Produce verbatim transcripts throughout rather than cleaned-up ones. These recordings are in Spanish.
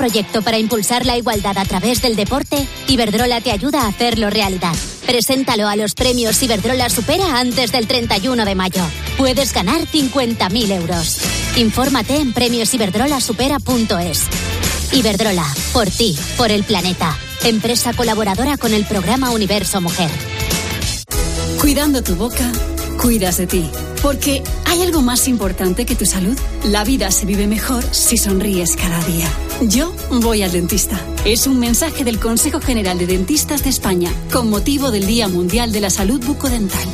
proyecto para impulsar la igualdad a través del deporte? Iberdrola te ayuda a hacerlo realidad. Preséntalo a los premios Iberdrola Supera antes del treinta y uno de mayo. Puedes ganar cincuenta mil euros. Infórmate en premios iberdrola supera punto es. Iberdrola, por ti, por el planeta. Empresa colaboradora con el programa Universo Mujer. Cuidando tu boca, cuidas de ti. Porque ¿hay algo más importante que tu salud? La vida se vive mejor si sonríes cada día. Yo voy al dentista. Es un mensaje del Consejo General de Dentistas de España, con motivo del Día Mundial de la Salud Bucodental.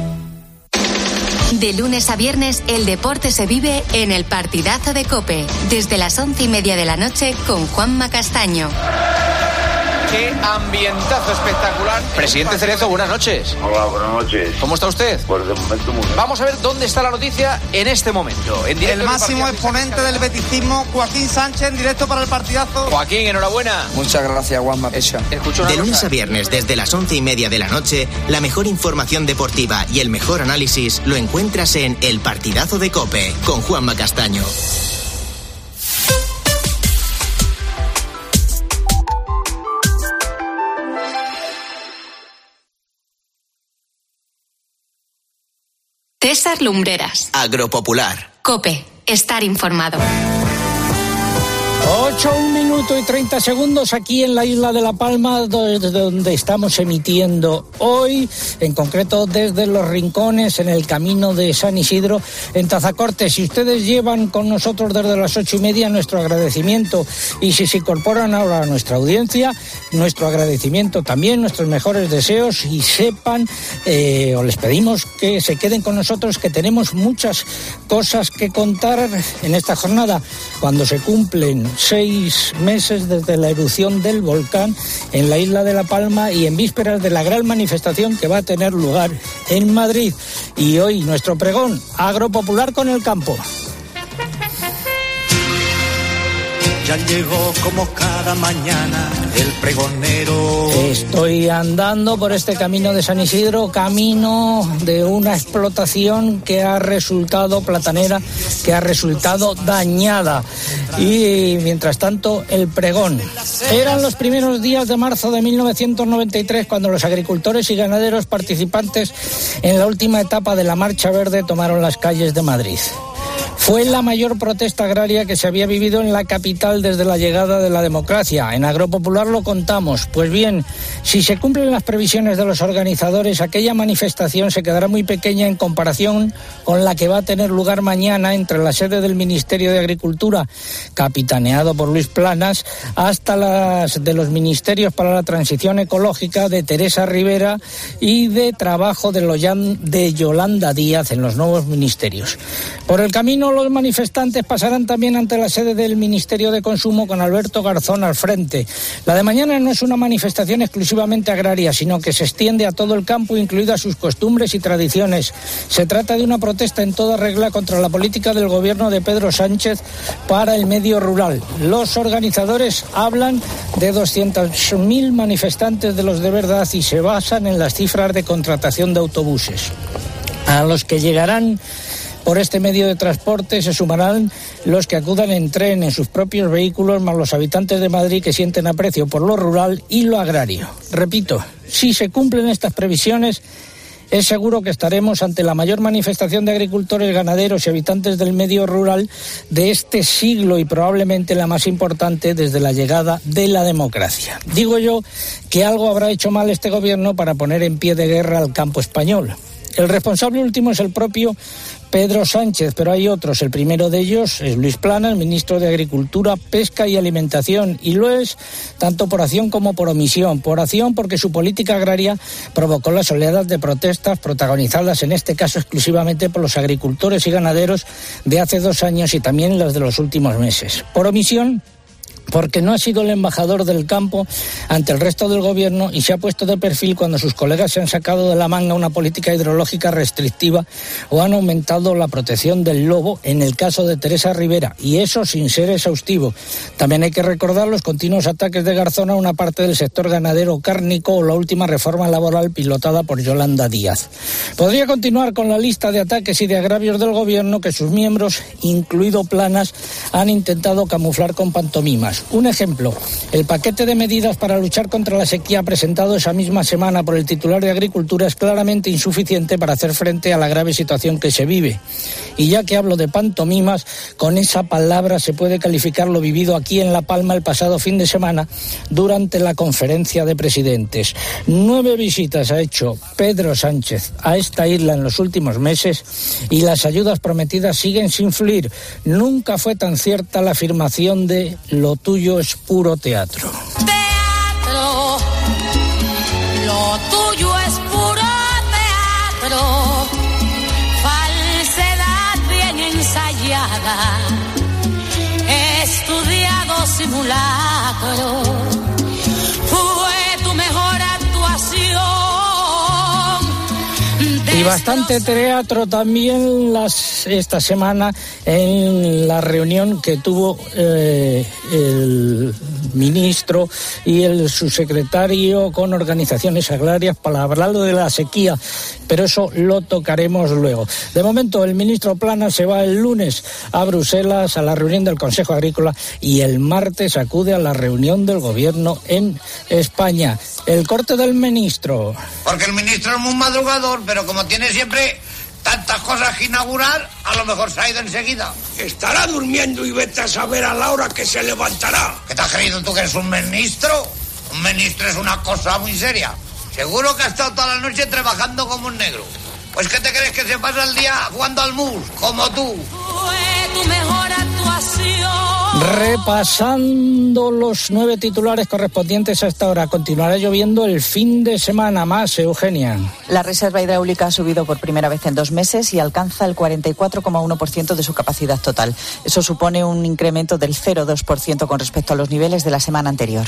De lunes a viernes, el deporte se vive en el Partidazo de COPE, desde las once y media de la noche con Juanma Castaño. ¡Qué ambientazo espectacular! Presidente Cerezo, buenas noches. Hola, buenas noches. ¿Cómo está usted? Pues de momento muy bien. Vamos a ver dónde está la noticia en este momento. En el máximo exponente del beticismo, Joaquín Sánchez, en directo para el Partidazo. Joaquín, enhorabuena. Muchas gracias, Juanma. De lunes a viernes, desde las once y media de la noche, la mejor información deportiva y el mejor análisis lo encuentras en El Partidazo de COPE, con Juanma Castaño. César Lumbreras. Agropopular. COPE. Estar informado. Ocho, un minuto y treinta segundos aquí en la isla de La Palma, desde donde estamos emitiendo hoy, en concreto desde Los Rincones, en el camino de San Isidro, en Tazacorte. Si ustedes llevan con nosotros desde las ocho y media, nuestro agradecimiento, y si se incorporan ahora a nuestra audiencia, nuestro agradecimiento también, nuestros mejores deseos, y sepan, eh, o les pedimos que se queden con nosotros, que tenemos muchas cosas que contar en esta jornada, cuando se cumplen seis meses desde la erupción del volcán en la isla de La Palma y en vísperas de la gran manifestación que va a tener lugar en Madrid. Y hoy nuestro pregón, Agropopular con el campo. Ya llegó como cada mañana el pregonero. Estoy andando por este camino de San Isidro, camino de una explotación que ha resultado platanera, que ha resultado dañada. Y mientras tanto, el pregón. Eran los primeros días de marzo de mil novecientos noventa y tres cuando los agricultores y ganaderos participantes en la última etapa de la Marcha Verde tomaron las calles de Madrid. Fue la mayor protesta agraria que se había vivido en la capital desde la llegada de la democracia. En Agropopular lo contamos. Pues bien, si se cumplen las previsiones de los organizadores, aquella manifestación se quedará muy pequeña en comparación con la que va a tener lugar mañana entre la sede del Ministerio de Agricultura, capitaneado por Luis Planas, hasta las de los Ministerios para la Transición Ecológica de Teresa Rivera y de Trabajo de, Loyan, de Yolanda Díaz en los nuevos ministerios. Por el camino, los manifestantes pasarán también ante la sede del Ministerio de Consumo con Alberto Garzón al frente. La de mañana no es una manifestación exclusivamente agraria, sino que se extiende a todo el campo, incluidas sus costumbres y tradiciones. Se trata de una protesta en toda regla contra la política del gobierno de Pedro Sánchez para el medio rural. Los organizadores hablan de doscientos mil manifestantes de los de verdad y se basan en las cifras de contratación de autobuses, a los que llegarán por este medio de transporte se sumarán los que acudan en tren en sus propios vehículos, más los habitantes de Madrid que sienten aprecio por lo rural y lo agrario. Repito, si se cumplen estas previsiones, es seguro que estaremos ante la mayor manifestación de agricultores, ganaderos y habitantes del medio rural de este siglo y probablemente la más importante desde la llegada de la democracia. Digo yo que algo habrá hecho mal este gobierno para poner en pie de guerra al campo español. El responsable último es el propio Pedro Sánchez, pero hay otros. El primero de ellos es Luis Planas, ministro de Agricultura, Pesca y Alimentación, y lo es tanto por acción como por omisión. Por acción porque su política agraria provocó las oleadas de protestas protagonizadas en este caso exclusivamente por los agricultores y ganaderos de hace dos años y también las de los últimos meses. Por omisión porque no ha sido el embajador del campo ante el resto del gobierno y se ha puesto de perfil cuando sus colegas se han sacado de la manga una política hidrológica restrictiva o han aumentado la protección del lobo en el caso de Teresa Rivera, y eso sin ser exhaustivo. También hay que recordar los continuos ataques de Garzón a una parte del sector ganadero cárnico o la última reforma laboral pilotada por Yolanda Díaz. Podría continuar con la lista de ataques y de agravios del gobierno que sus miembros, incluido Planas, han intentado camuflar con pantomimas. ciudadanos. Un ejemplo, el paquete de medidas para luchar contra la sequía presentado esa misma semana por el titular de Agricultura es claramente insuficiente para hacer frente a la grave situación que se vive. Y ya que hablo de pantomimas, con esa palabra se puede calificar lo vivido aquí en La Palma el pasado fin de semana durante la conferencia de presidentes. Nueve visitas ha hecho Pedro Sánchez a esta isla en los últimos meses y las ayudas prometidas siguen sin fluir. Nunca fue tan cierta la afirmación de lo tuyo es puro teatro. Teatro, lo tuyo es puro teatro, falsedad bien ensayada, estudiado simulacro, fue tu mejor actuación. Y bastante teatro también las, esta semana en la reunión que tuvo eh, el ministro y el subsecretario con organizaciones agrarias para hablar de la sequía, pero eso lo tocaremos luego. De momento el ministro Planas se va el lunes a Bruselas a la reunión del Consejo Agrícola y el martes acude a la reunión del Gobierno en España. El corte del ministro. Porque el ministro es muy madrugador, pero como tiene siempre tantas cosas que inaugurar, a lo mejor se ha ido enseguida. Estará durmiendo y vete a saber a la hora que se levantará. ¿Qué te has creído tú que eres un ministro? Un ministro es una cosa muy seria. Seguro que ha estado toda la noche trabajando como un negro. Pues ¿qué te crees que se pasa el día jugando al mus? Como tú. Fue tu mejor actuación. Repasando los nueve titulares correspondientes a esta hora. Continuará lloviendo el fin de semana más, Eugenia. La reserva hidráulica ha subido por primera vez en dos meses y alcanza el cuarenta y cuatro coma uno por ciento de su capacidad total. Eso supone un incremento del cero coma dos por ciento con respecto a los niveles de la semana anterior.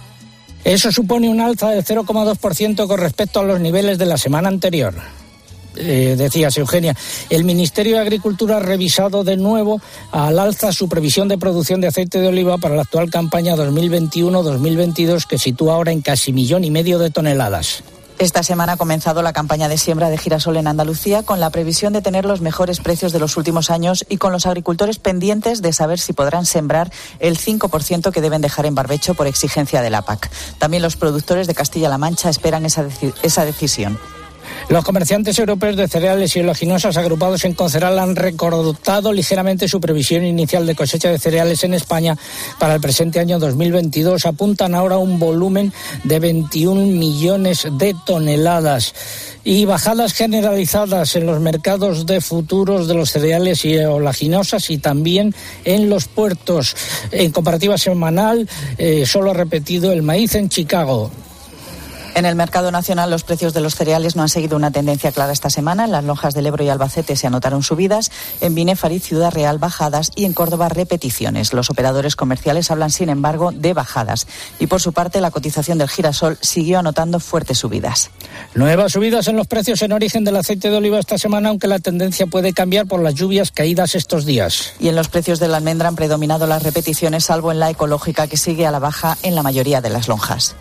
Eso supone un alza del cero coma dos por ciento con respecto a los niveles de la semana anterior. Eh, decías, Eugenia, el Ministerio de Agricultura ha revisado de nuevo al alza su previsión de producción de aceite de oliva para la actual campaña dos mil veintiuno dos mil veintidós, que sitúa ahora en casi millón y medio de toneladas. Esta semana ha comenzado la campaña de siembra de girasol en Andalucía con la previsión de tener los mejores precios de los últimos años y con los agricultores pendientes de saber si podrán sembrar el cinco por ciento que deben dejar en barbecho por exigencia de la P A C. También los productores de Castilla-La Mancha esperan esa, deci- esa decisión. Los comerciantes europeos de cereales y oleaginosas agrupados en Conceral han recortado ligeramente su previsión inicial de cosecha de cereales en España para el presente año dos mil veintidós. Apuntan ahora a un volumen de veintiún millones de toneladas. Y bajadas generalizadas en los mercados de futuros de los cereales y oleaginosas y también en los puertos. En comparativa semanal, eh, solo ha repetido el maíz en Chicago. En el mercado nacional los precios de los cereales no han seguido una tendencia clara esta semana. En las lonjas del Ebro y Albacete se anotaron subidas, en Binéfar y Ciudad Real bajadas y en Córdoba repeticiones. Los operadores comerciales hablan, sin embargo, de bajadas. Y por su parte, la cotización del girasol siguió anotando fuertes subidas. Nuevas subidas en los precios en origen del aceite de oliva esta semana, aunque la tendencia puede cambiar por las lluvias caídas estos días. Y en los precios de la almendra han predominado las repeticiones, salvo en la ecológica, que sigue a la baja en la mayoría de las lonjas.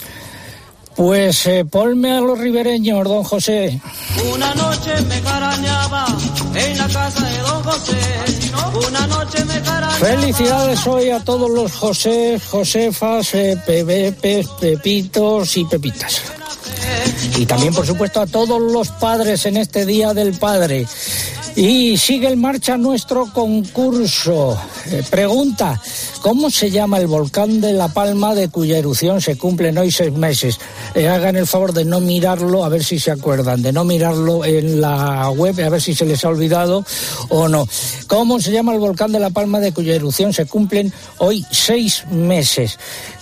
Pues eh, ponme a los ribereños, don José. Una noche me carañaba en la casa de don José. Una noche me carañaba. Felicidades hoy a todos los José, Josefas, eh, Pepes, Pepitos y Pepitas. Y también, por supuesto, a todos los padres en este Día del Padre. Y sigue en marcha nuestro concurso. Eh, pregunta, ¿cómo se llama el volcán de La Palma de cuya erupción se cumplen hoy seis meses? Eh, hagan el favor de no mirarlo, a ver si se acuerdan, de no mirarlo en la web, a ver si se les ha olvidado o no. ¿Cómo se llama el volcán de La Palma de cuya erupción se cumplen hoy seis meses?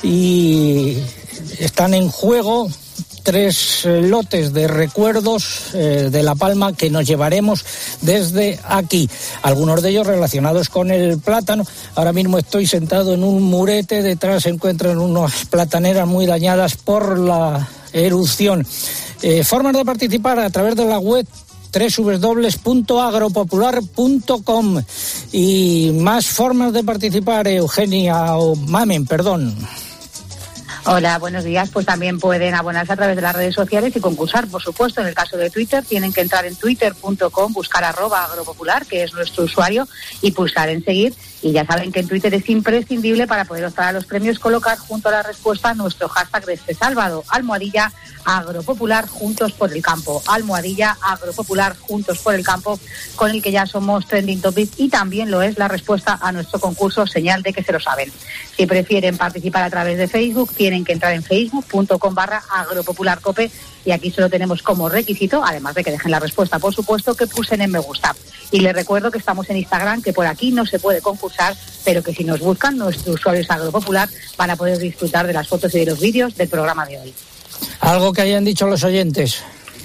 Y están en juego tres lotes de recuerdos eh, de La Palma que nos llevaremos desde aquí. Algunos de ellos relacionados con el plátano. Ahora mismo estoy sentado en un murete, detrás se encuentran unas plataneras muy dañadas por la erupción. Eh, formas de participar a través de la web doble u doble u doble u punto agropopular punto com y más formas de participar, Eugenia o Mamen, perdón. Hola, buenos días. Pues también pueden abonarse a través de las redes sociales y concursar, por supuesto. En el caso de Twitter, tienen que entrar en twitter punto com, buscar arroba agropopular, que es nuestro usuario, y pulsar en seguir. Y ya saben que en Twitter es imprescindible para poder optar a los premios colocar junto a la respuesta nuestro hashtag de este sábado, almohadilla agropopular juntos por el campo, almohadilla agropopular juntos por el campo, con el que ya somos trending topic y también lo es la respuesta a nuestro concurso Señal de que se lo saben. Si prefieren participar a través de Facebook, tienen que entrar en facebook.com barra agropopularcope y aquí solo tenemos como requisito, además de que dejen la respuesta, por supuesto, que pulsen en me gusta. Y les recuerdo que estamos en Instagram, que por aquí no se puede concursar, pero que si nos buscan, nuestros usuarios agropopular van a poder disfrutar de las fotos y de los vídeos del programa de hoy. Algo que hayan dicho los oyentes.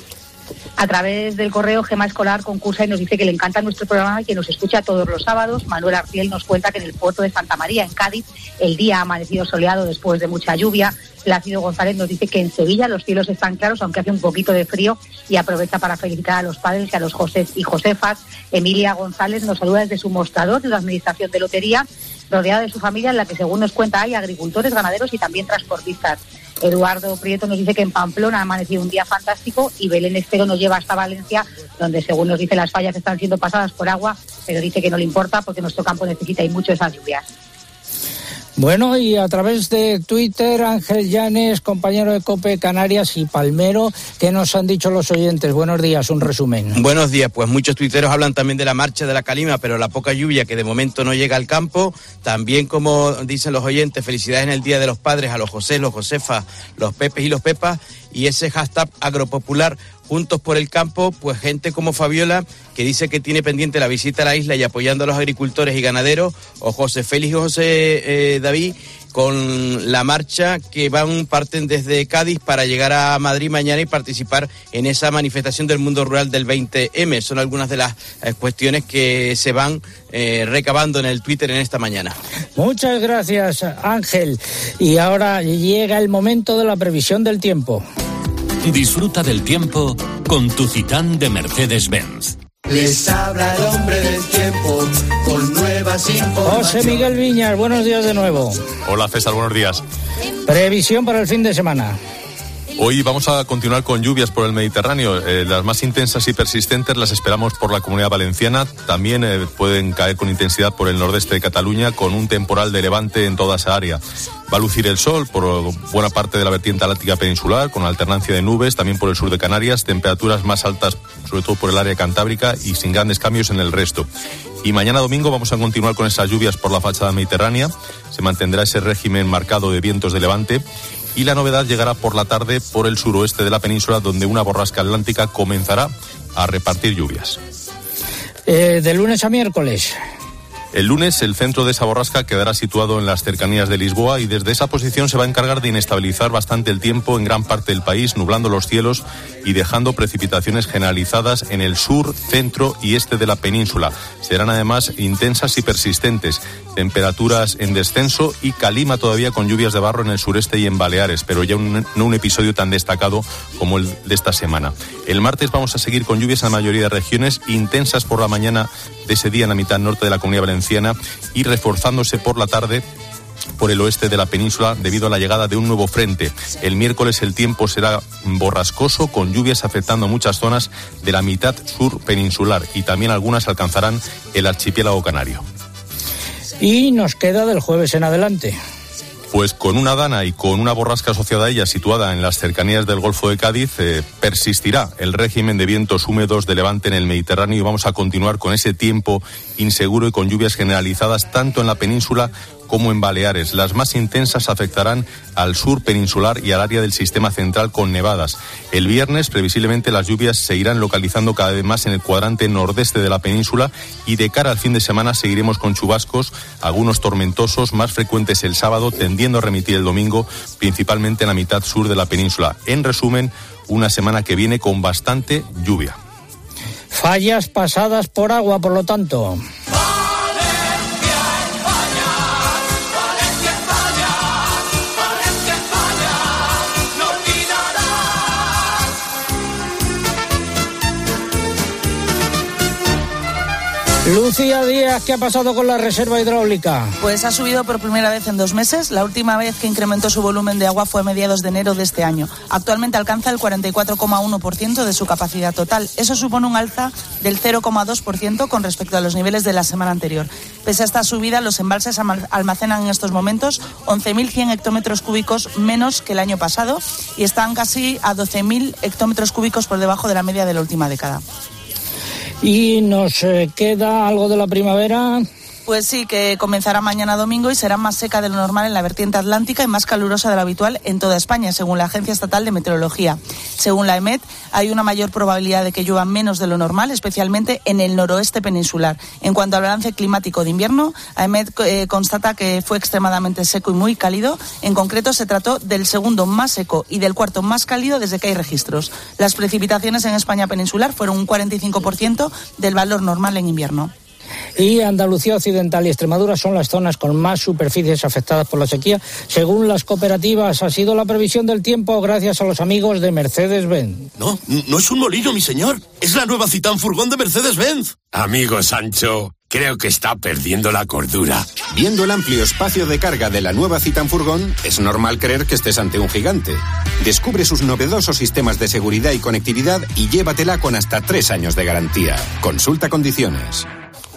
A través del correo Gema Escolar concursa y nos dice que le encanta nuestro programa y que nos escucha todos los sábados. Manuel Arciel nos cuenta que en el puerto de Santa María, en Cádiz, el día ha amanecido soleado después de mucha lluvia. Plácido González nos dice que en Sevilla los cielos están claros, aunque hace un poquito de frío, y aprovecha para felicitar a los padres y a los Josés y Josefas. Emilia González nos saluda desde su mostrador de la Administración de Lotería, rodeada de su familia, en la que, según nos cuenta, hay agricultores, ganaderos y también transportistas. Eduardo Prieto nos dice que en Pamplona ha amanecido un día fantástico y Belén Estero nos lleva hasta Valencia, donde, según nos dice, las fallas están siendo pasadas por agua, pero dice que no le importa porque nuestro campo necesita y mucho esas lluvias. Bueno, y a través de Twitter, Ángel Llanes, compañero de COPE Canarias y Palmero, ¿qué nos han dicho los oyentes? Buenos días, un resumen. Buenos días, pues muchos tuiteros hablan también de la marcha de la Calima, pero la poca lluvia que de momento no llega al campo. También, como dicen los oyentes, felicidades en el Día de los Padres a los José, los Josefas, los Pepes y los Pepas. Y ese hashtag agropopular Juntos por el Campo, pues gente como Fabiola, que dice que tiene pendiente la visita a la isla y apoyando a los agricultores y ganaderos, o José Félix y José eh, David, con la marcha que van, parten desde Cádiz para llegar a Madrid mañana y participar en esa manifestación del mundo rural del veinte eme. Son algunas de las eh, cuestiones que se van eh, recabando en el Twitter en esta mañana. Muchas gracias, Ángel. Y ahora llega el momento de la previsión del tiempo. Disfruta del tiempo con tu Citán de Mercedes-Benz. Les habla el hombre del tiempo con nuevas informaciones. José Miguel Viñas, buenos días de nuevo. Hola César, buenos días. Previsión para el fin de semana. Hoy vamos a continuar con lluvias por el Mediterráneo. Eh, las más intensas y persistentes las esperamos por la Comunidad Valenciana. También eh, pueden caer con intensidad por el nordeste de Cataluña, con un temporal de levante en toda esa área. Va a lucir el sol por buena parte de la vertiente atlántica peninsular, con alternancia de nubes, también por el sur de Canarias, temperaturas más altas, sobre todo por el área cantábrica, y sin grandes cambios en el resto. Y mañana domingo vamos a continuar con esas lluvias por la fachada mediterránea. Se mantendrá ese régimen marcado de vientos de levante. Y la novedad llegará por la tarde por el suroeste de la península, donde una borrasca atlántica comenzará a repartir lluvias. Eh, de lunes a miércoles. El lunes el centro de esa borrasca quedará situado en las cercanías de Lisboa y desde esa posición se va a encargar de inestabilizar bastante el tiempo en gran parte del país, nublando los cielos y dejando precipitaciones generalizadas en el sur, centro y este de la península. Serán además intensas y persistentes, temperaturas en descenso y calima todavía con lluvias de barro en el sureste y en Baleares, pero ya un, no un episodio tan destacado como el de esta semana. El martes vamos a seguir con lluvias en la mayoría de regiones, intensas por la mañana de ese día en la mitad norte de la Comunidad Valenciana y reforzándose por la tarde por el oeste de la península debido a la llegada de un nuevo frente. El miércoles el tiempo será borrascoso con lluvias afectando muchas zonas de la mitad sur peninsular y también algunas alcanzarán el archipiélago canario. Y nos queda del jueves en adelante. Pues con una dana y con una borrasca asociada a ella situada en las cercanías del Golfo de Cádiz, eh, persistirá el régimen de vientos húmedos de levante en el Mediterráneo y vamos a continuar con ese tiempo inseguro y con lluvias generalizadas tanto en la península como en Baleares. Las más intensas afectarán al sur peninsular y al área del sistema central con nevadas. El viernes, previsiblemente, las lluvias se irán localizando cada vez más en el cuadrante nordeste de la península y de cara al fin de semana seguiremos con chubascos, algunos tormentosos, más frecuentes el sábado, tendiendo a remitir el domingo, principalmente en la mitad sur de la península. En resumen, una semana que viene con bastante lluvia. Fallas pasadas por agua, por lo tanto. Lucía Díaz, ¿qué ha pasado con la reserva hidráulica? Pues ha subido por primera vez en dos meses. La última vez que incrementó su volumen de agua fue a mediados de enero de este año. Actualmente alcanza el cuarenta y cuatro coma uno por ciento de su capacidad total. Eso supone un alza del cero coma dos por ciento con respecto a los niveles de la semana anterior. Pese a esta subida, los embalses almacenan en estos momentos once mil cien hectómetros cúbicos menos que el año pasado y están casi a doce mil hectómetros cúbicos por debajo de la media de la última década. ¿Y nos eh, queda algo de la primavera? Pues sí, que comenzará mañana domingo y será más seca de lo normal en la vertiente atlántica y más calurosa de lo habitual en toda España, según la Agencia Estatal de Meteorología. Según la EMET, hay una mayor probabilidad de que llueva menos de lo normal, especialmente en el noroeste peninsular. En cuanto al balance climático de invierno, la EMET eh, constata que fue extremadamente seco y muy cálido. En concreto, se trató del segundo más seco y del cuarto más cálido desde que hay registros. Las precipitaciones en España peninsular fueron un cuarenta y cinco por ciento del valor normal en invierno. Y Andalucía Occidental y Extremadura son las zonas con más superficies afectadas por la sequía. Según las cooperativas, ha sido la previsión del tiempo gracias a los amigos de Mercedes-Benz. No, no es un molino, mi señor. Es la nueva Citan Furgón de Mercedes-Benz. Amigo Sancho, creo que está perdiendo la cordura. Viendo el amplio espacio de carga de la nueva Citan Furgón, es normal creer que estés ante un gigante. Descubre sus novedosos sistemas de seguridad y conectividad y llévatela con hasta tres años de garantía. Consulta condiciones.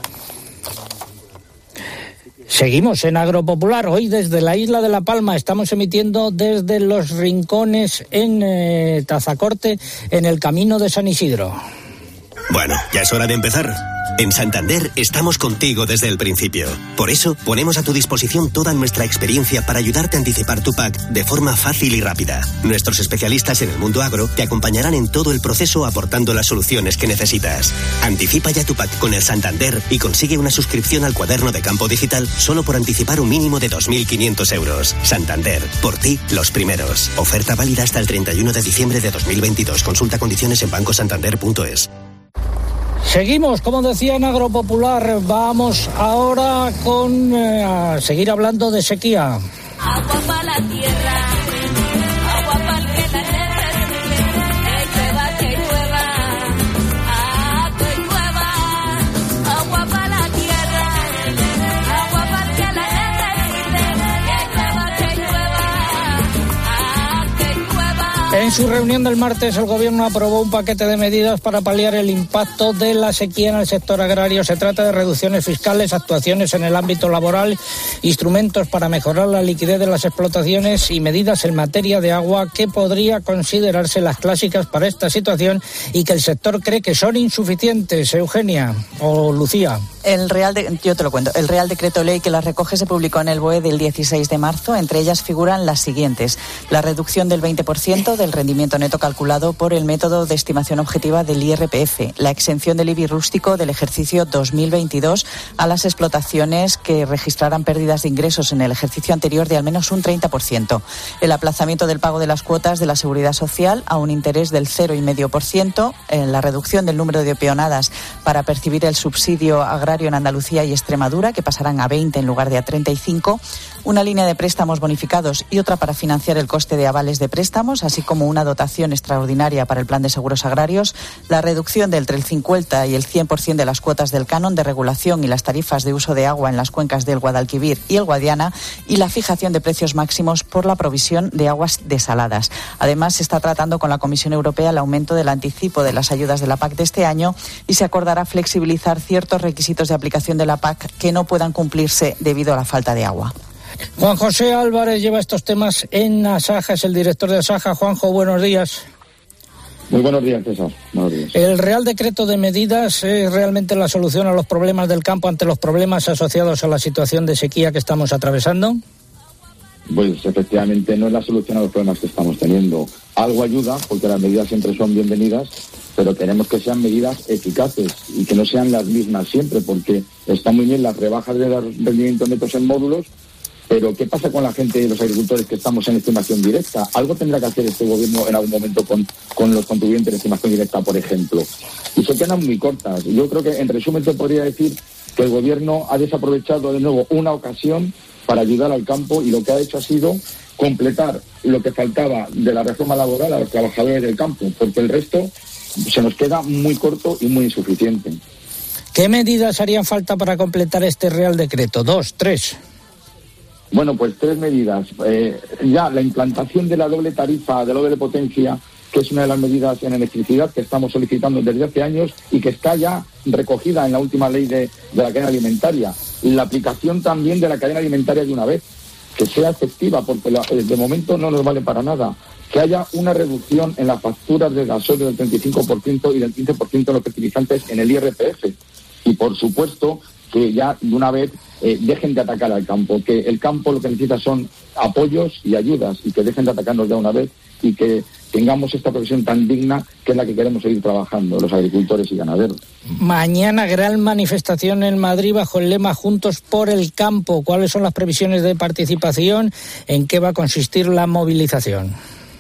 Seguimos en Agropopular. Hoy desde la isla de La Palma estamos emitiendo desde Los Rincones en eh, Tazacorte, en el camino de San Isidro. Bueno, ya es hora de empezar. En Santander estamos contigo desde el principio. Por eso ponemos a tu disposición toda nuestra experiencia para ayudarte a anticipar tu P A C de forma fácil y rápida. Nuestros especialistas en el mundo agro te acompañarán en todo el proceso aportando las soluciones que necesitas. Anticipa ya tu P A C con el Santander y consigue una suscripción al cuaderno de campo digital solo por anticipar un mínimo de dos mil quinientos euros. Santander, por ti, los primeros. Oferta válida hasta el treinta y uno de diciembre de dos mil veintidós. Consulta condiciones en banco santander punto es. Seguimos, como decía en Agropopular, vamos ahora con eh, a seguir hablando de sequía. Agua para la tierra, agua para el que la necesite, que llueva, que llueva, ah, que llueva, agua para la tierra, agua para el que la necesite, que llueva, que llueva, ah, que llueva. En su reunión del martes, el Gobierno aprobó un paquete de medidas para paliar el impacto de la sequía en el sector agrario. Se trata de reducciones fiscales, actuaciones en el ámbito laboral, instrumentos para mejorar la liquidez de las explotaciones y medidas en materia de agua que podría considerarse las clásicas para esta situación y que el sector cree que son insuficientes. Eugenia o Lucía. El Real de, yo te lo cuento. El Real Decreto Ley que las recoge se publicó en el B O E del dieciséis de marzo. Entre ellas figuran las siguientes: la reducción del veinte por ciento del rendimiento neto calculado por el método de estimación objetiva del I R P F, la exención del I B I rústico del ejercicio dos mil veintidós a las explotaciones que registraran pérdidas de ingresos en el ejercicio anterior de al menos un treinta por ciento, el aplazamiento del pago de las cuotas de la Seguridad Social a un interés del cero coma cinco por ciento, la reducción del número de peonadas para percibir el subsidio agrario en Andalucía y Extremadura, que pasarán a veinte en lugar de a treinta y cinco, una línea de préstamos bonificados y otra para financiar el coste de avales de préstamos, así como una dotación extraordinaria para el plan de seguros agrarios, la reducción del entre el cincuenta y el cien por ciento de las cuotas del canon de regulación y las tarifas de uso de agua en las cuencas del Guadalquivir y el Guadiana, y la fijación de precios máximos por la provisión de aguas desaladas. Además, se está tratando con la Comisión Europea el aumento del anticipo de las ayudas de la P A C de este año y se acordará flexibilizar ciertos requisitos de aplicación de la P A C que no puedan cumplirse debido a la falta de agua. Juan José Álvarez lleva estos temas en Asaja, es el director de Asaja. Juanjo, buenos días. Muy buenos días, César. Buenos días. ¿El Real Decreto de Medidas es realmente la solución a los problemas del campo ante los problemas asociados a la situación de sequía que estamos atravesando? Pues efectivamente no es la solución a los problemas que estamos teniendo. Algo ayuda, porque las medidas siempre son bienvenidas, pero queremos que sean medidas eficaces y que no sean las mismas siempre, porque están muy bien las rebajas de los rendimientos netos en módulos, pero ¿qué pasa con la gente y los agricultores que estamos en estimación directa? Algo tendrá que hacer este gobierno en algún momento con, con los contribuyentes de estimación directa, por ejemplo. Y se quedan muy cortas. Yo creo que, en resumen, te podría decir que el gobierno ha desaprovechado de nuevo una ocasión para ayudar al campo, y lo que ha hecho ha sido completar lo que faltaba de la reforma laboral a los trabajadores del campo, porque el resto se nos queda muy corto y muy insuficiente. ¿Qué medidas harían falta para completar este Real Decreto? ¿Dos, tres? Bueno, pues tres medidas. Eh, ya la implantación de la doble tarifa de doble potencia, que es una de las medidas en electricidad que estamos solicitando desde hace años y que está ya recogida en la última ley de, de la cadena alimentaria. Y la aplicación también de la cadena alimentaria de una vez, que sea efectiva, porque la, de momento no nos vale para nada. Que haya una reducción en las facturas de gasoil del treinta y cinco por ciento y del quince por ciento de los fertilizantes en el I R P F. Y, por supuesto, que ya de una vez eh, dejen de atacar al campo, que el campo lo que necesita son apoyos y ayudas, y que dejen de atacarnos ya una vez y que tengamos esta profesión tan digna que es la que queremos seguir trabajando los agricultores y ganaderos. Mañana gran manifestación en Madrid bajo el lema Juntos por el Campo. ¿Cuáles son las previsiones de participación? ¿En qué va a consistir la movilización?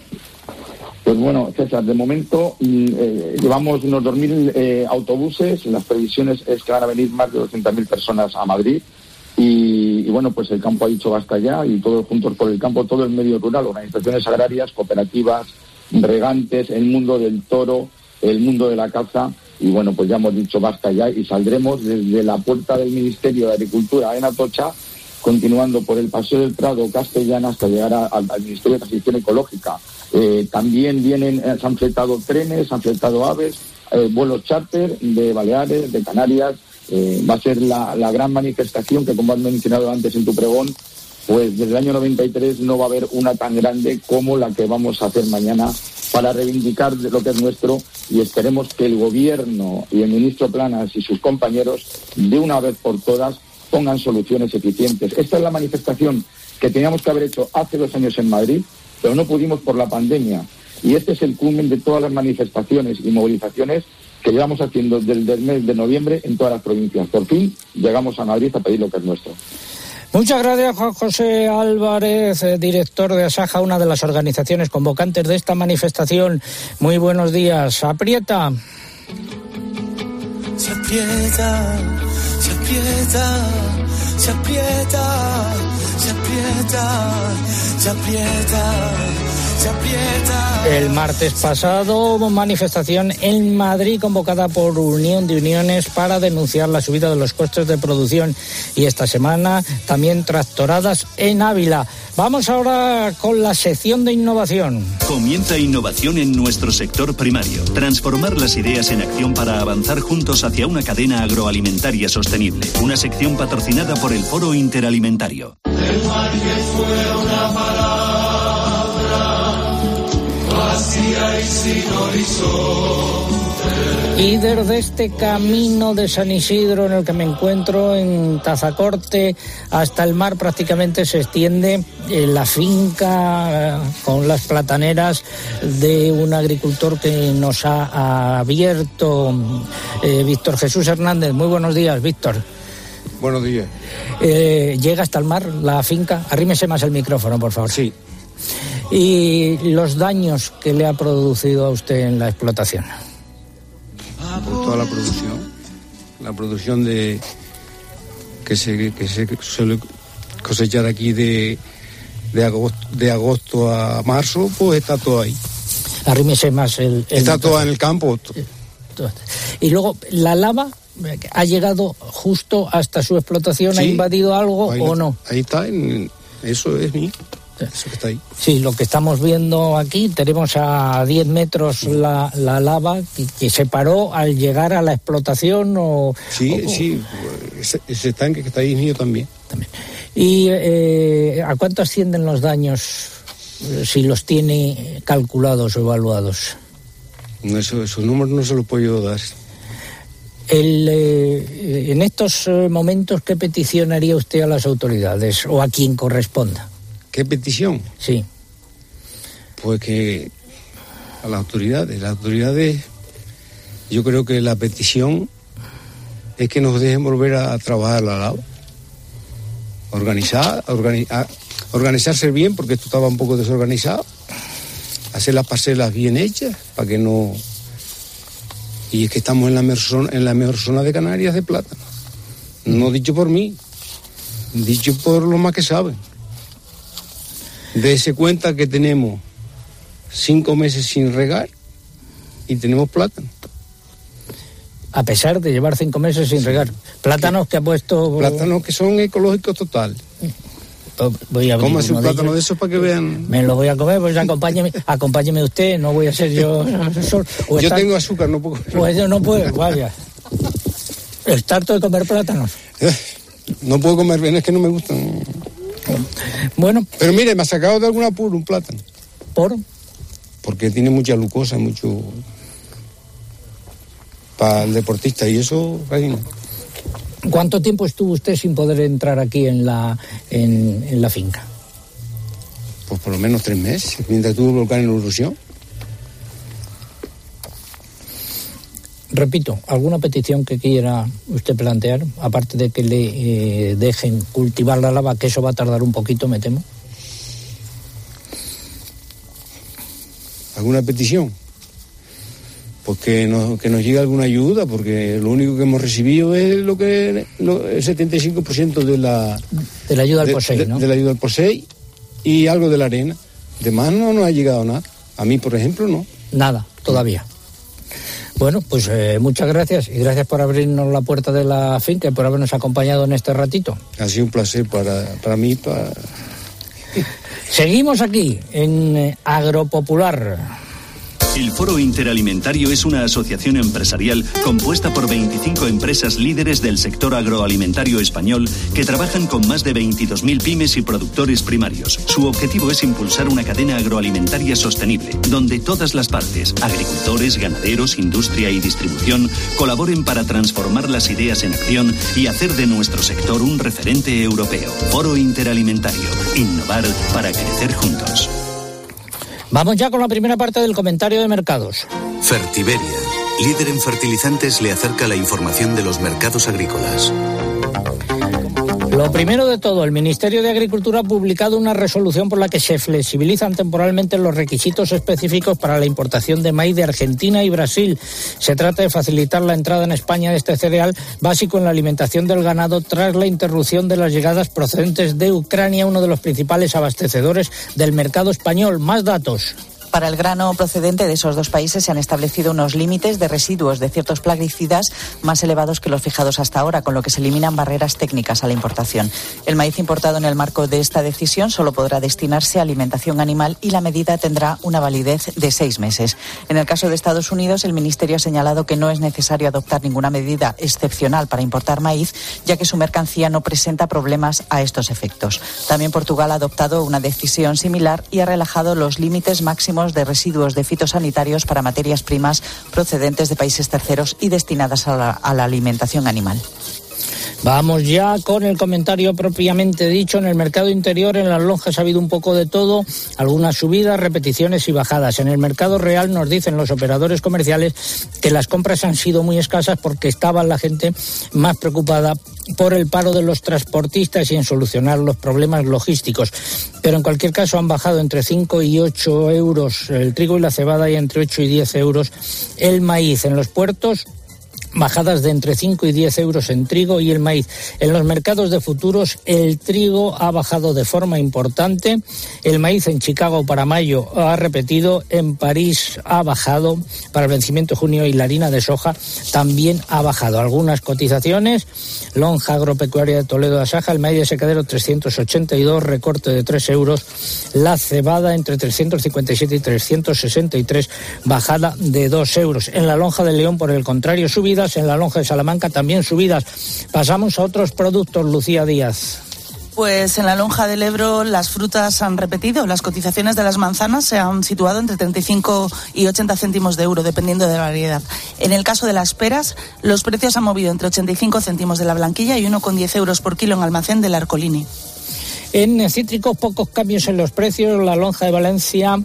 Pues bueno, César, de momento eh, llevamos unos dos mil eh, autobuses. Las previsiones es que van a venir más de doscientas mil personas a Madrid. Y, y bueno, pues el campo ha dicho basta ya, y todos Juntos por el Campo, todo el medio rural, organizaciones agrarias, cooperativas, regantes, el mundo del toro, el mundo de la caza. Y bueno, pues ya hemos dicho basta ya, y saldremos desde la puerta del Ministerio de Agricultura en Atocha, continuando por el Paseo del Prado Castellana hasta llegar a, a, al Ministerio de Transición Ecológica. Eh, también vienen, eh, se han fletado trenes, se han fletado aves, eh, vuelos charter de Baleares, de Canarias. Eh, va a ser la, la gran manifestación que, como has mencionado antes en tu pregón, pues desde el año noventa y tres no va a haber una tan grande como la que vamos a hacer mañana para reivindicar lo que es nuestro, y esperemos que el gobierno y el ministro Planas y sus compañeros de una vez por todas pongan soluciones eficientes. Esta es la manifestación que teníamos que haber hecho hace dos años en Madrid, pero no pudimos por la pandemia. Y este es el culmen de todas las manifestaciones y movilizaciones que llevamos haciendo desde el mes de noviembre en todas las provincias. Por fin llegamos a Madrid a pedir lo que es nuestro. Muchas gracias, Juan José Álvarez, eh, director de Asaja, una de las organizaciones convocantes de esta manifestación. Muy buenos días. Aprieta. Se aprieta, se aprieta, se aprieta, se aprieta, se aprieta, se aprieta. El martes pasado, manifestación en Madrid convocada por Unión de Uniones para denunciar la subida de los costes de producción, y esta semana también tractoradas en Ávila. Vamos ahora con la sección de innovación. Comienza innovación en nuestro sector primario. Transformar las ideas en acción para avanzar juntos hacia una cadena agroalimentaria sostenible. Una sección patrocinada por el Foro Interalimentario. El mar que fue una palabra vacía y sin horizonte. Y desde este camino de San Isidro en el que me encuentro, en Tazacorte, hasta el mar prácticamente se extiende eh, la finca eh, con las plataneras de un agricultor que nos ha abierto, eh, Víctor Jesús Hernández. Muy buenos días, Víctor. Buenos días. Eh, ¿Llega hasta el mar la finca? Arrímese más el micrófono, por favor. Sí. ¿Y los daños que le ha producido a usted en la explotación? Por toda la producción, la producción de que se, que se suele cosechar aquí de, de, agosto, de agosto a marzo, pues está todo ahí. Arrímese más el... el está todo en el campo. Y luego, ¿la lava ha llegado justo hasta su explotación? ¿Sí? ¿Ha invadido algo ahí, o no? Ahí está, en, eso es mío. Eso que está ahí. Sí, lo que estamos viendo aquí, tenemos a diez metros la, la lava que, que se paró al llegar a la explotación. O, sí, o, sí, ese, ese tanque que está ahí es mío también. también. ¿Y eh, a cuánto ascienden los daños, si los tiene calculados o evaluados? No, eso, esos números no se los puedo yo dar. El, eh, en estos momentos, ¿qué petición haría usted a las autoridades o a quien corresponda? ¿Qué petición? Sí. Pues que a las autoridades, las autoridades, yo creo que la petición es que nos dejen volver a, a trabajar la lava. Organizar, organi- a, organizarse bien, porque esto estaba un poco desorganizado. Hacer las parcelas bien hechas, para que no... Y es que estamos en la mejor zona, en la mejor zona de Canarias de plátano. No dicho por mí, dicho por los más que saben. Dese cuenta que tenemos cinco meses sin regar y tenemos plátano. A pesar de llevar cinco meses sin regar. Plátanos que ha puesto... Plátanos que son ecológicos total. Voy a Cómase un plátano de esos para que vean. Me lo voy a comer, pues acompáñeme, acompáñeme usted, no voy a ser yo asesor. Yo estar... tengo azúcar, no puedo. Pues yo no puedo, vaya. Estoy harto de comer plátanos. No puedo comer bien, es que no me gustan. Bueno. Pero mire, me ha sacado de algún apuro un plátano. ¿Por? Porque tiene mucha glucosa, mucho... para el deportista, y eso, imagino. ¿Cuánto tiempo estuvo usted sin poder entrar aquí en la en, en la finca? Pues por lo menos tres meses, mientras tuvo el volcán en erupción. Repito, ¿alguna petición que quiera usted plantear? Aparte de que le eh, dejen cultivar la lava, que eso va a tardar un poquito, me temo. ¿Alguna petición? Pues que nos, que nos llegue alguna ayuda, porque lo único que hemos recibido es lo que lo, el setenta y cinco por ciento de la... De la ayuda al de, POSEI, ¿no? De, de la ayuda al POSEI y algo de la arena. De más no nos ha llegado nada. A mí, por ejemplo, no. Nada, todavía. Bueno, pues eh, muchas gracias, y gracias por abrirnos la puerta de la finca y por habernos acompañado en este ratito. Ha sido un placer para, para mí. Para... Seguimos aquí, en eh, Agropopular. El Foro Interalimentario es una asociación empresarial compuesta por veinticinco empresas líderes del sector agroalimentario español que trabajan con más de veintidós mil pymes y productores primarios. Su objetivo es impulsar una cadena agroalimentaria sostenible, donde todas las partes, agricultores, ganaderos, industria y distribución, colaboren para transformar las ideas en acción y hacer de nuestro sector un referente europeo. Foro Interalimentario. Innovar para crecer juntos. Vamos ya con la primera parte del comentario de mercados. Fertiberia, líder en fertilizantes, le acerca la información de los mercados agrícolas. Lo primero de todo, el Ministerio de Agricultura ha publicado una resolución por la que se flexibilizan temporalmente los requisitos específicos para la importación de maíz de Argentina y Brasil. Se trata de facilitar la entrada en España de este cereal básico en la alimentación del ganado tras la interrupción de las llegadas procedentes de Ucrania, uno de los principales abastecedores del mercado español. Más datos. Para el grano procedente de esos dos países se han establecido unos límites de residuos de ciertos plaguicidas más elevados que los fijados hasta ahora, con lo que se eliminan barreras técnicas a la importación. El maíz importado en el marco de esta decisión solo podrá destinarse a alimentación animal y la medida tendrá una validez de seis meses. En el caso de Estados Unidos, el Ministerio ha señalado que no es necesario adoptar ninguna medida excepcional para importar maíz, ya que su mercancía no presenta problemas a estos efectos. También Portugal ha adoptado una decisión similar y ha relajado los límites máximos de residuos de fitosanitarios para materias primas procedentes de países terceros y destinadas a la, a la alimentación animal. Vamos ya con el comentario propiamente dicho. En el mercado interior, en las lonjas ha habido un poco de todo, algunas subidas, repeticiones y bajadas. En el mercado real nos dicen los operadores comerciales que las compras han sido muy escasas porque estaba la gente más preocupada por el paro de los transportistas y en solucionar los problemas logísticos. Pero en cualquier caso han bajado entre cinco y ocho euros el trigo y la cebada y entre ocho y diez euros el maíz. En los puertos, bajadas de entre cinco y diez euros en trigo y el maíz. En los mercados de futuros, el trigo ha bajado de forma importante. El maíz en Chicago para mayo ha repetido. En París ha bajado para el vencimiento de junio y la harina de soja también ha bajado. Algunas cotizaciones. Lonja agropecuaria de Toledo de Asaja, el maíz de secadero trescientos ochenta y dos, recorte de tres euros. La cebada entre trescientos cincuenta y siete y trescientos sesenta y tres, bajada de dos euros. En la lonja de León, por el contrario, subidas. En la lonja de Salamanca también subidas. Pasamos a otros productos, Lucía Díaz. Pues en la lonja del Ebro las frutas han repetido. Las cotizaciones de las manzanas se han situado entre treinta y cinco y ochenta céntimos de euro, dependiendo de la variedad. En el caso de las peras, los precios han movido entre ochenta y cinco céntimos de la blanquilla y uno con diez euros por kilo en almacén del Arcolini. En cítricos, pocos cambios en los precios. La lonja de Valencia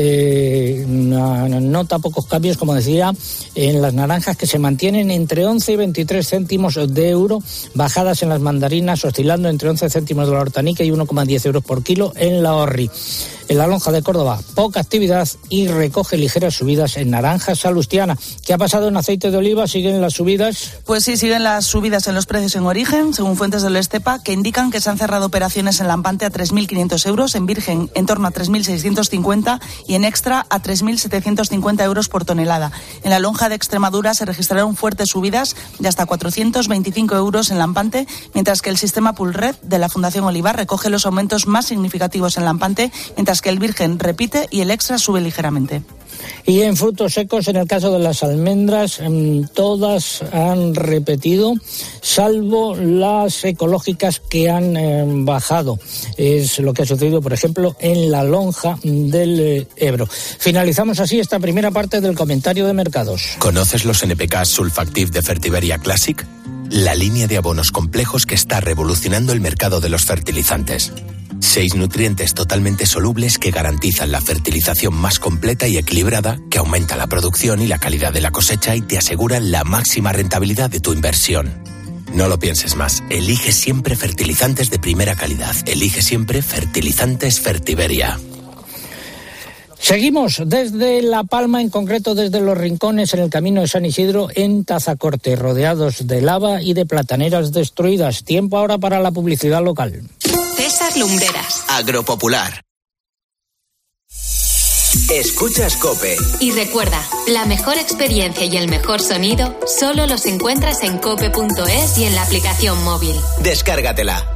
eh, nota pocos cambios, como decía, en las naranjas, que se mantienen entre once y veintitrés céntimos de euro, bajadas en las mandarinas, oscilando entre once céntimos de la hortanica y uno coma diez euros por kilo en la orri. En la lonja de Córdoba, poca actividad y recoge ligeras subidas en naranja salustiana. ¿Qué ha pasado en aceite de oliva? ¿Siguen las subidas? Pues sí, siguen las subidas en los precios en origen, según fuentes del Estepa, que indican que se han cerrado operaciones en Lampante a tres mil quinientos euros, en virgen en torno a tres mil seiscientos cincuenta y en extra a tres mil setecientos cincuenta euros por tonelada. En la lonja de Extremadura se registraron fuertes subidas de hasta cuatrocientos veinticinco euros en Lampante, mientras que el sistema Pulred de la Fundación Olivar recoge los aumentos más significativos en Lampante, mientras que el virgen repite y el extra sube ligeramente. Y en frutos secos, en el caso de las almendras, todas han repetido, salvo las ecológicas que han eh, bajado. Es lo que ha sucedido, por ejemplo, en la lonja del Ebro. Finalizamos así esta primera parte del comentario de mercados. ¿Conoces los N P K Sulfactive de Fertiberia Classic? La línea de abonos complejos que está revolucionando el mercado de los fertilizantes. Seis nutrientes totalmente solubles que garantizan la fertilización más completa y equilibrada, que aumenta la producción y la calidad de la cosecha y te aseguran la máxima rentabilidad de tu inversión. No lo pienses más. Elige siempre fertilizantes de primera calidad. Elige siempre Fertilizantes Fertiberia. Seguimos desde La Palma, en concreto desde Los Rincones, en el camino de San Isidro, en Tazacorte, rodeados de lava y de plataneras destruidas. Tiempo ahora para la publicidad local. César Lumbreras. Agropopular. Escuchas COPE. Y recuerda, la mejor experiencia y el mejor sonido solo los encuentras en cope punto es y en la aplicación móvil. Descárgatela.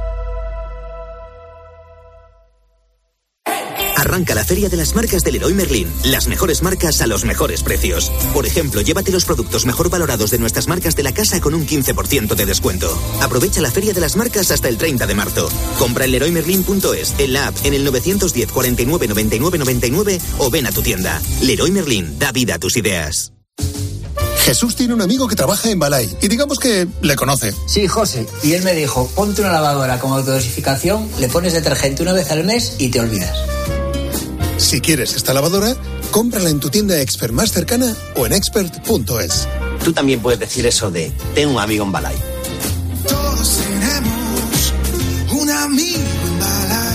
Arranca la Feria de las Marcas del Leroy Merlin. Las mejores marcas a los mejores precios. Por ejemplo, llévate los productos mejor valorados de nuestras marcas de la casa con un quince por ciento de descuento. Aprovecha la Feria de las Marcas hasta el treinta de marzo. Compra en leroy merlin punto es, en la app, en el nueve uno cero, cuarenta y nueve, noventa y nueve, noventa y nueve o ven a tu tienda. Leroy Merlin, da vida a tus ideas. Jesús tiene un amigo que trabaja en Balay y digamos que le conoce. Sí, José, y él me dijo, ponte una lavadora con autodosificación, le pones detergente una vez al mes y te olvidas. Si quieres esta lavadora, cómprala en tu tienda Expert más cercana o en expert punto es. Tú también puedes decir eso de, tengo un amigo en Balay. Todos tenemos un amigo en Balay.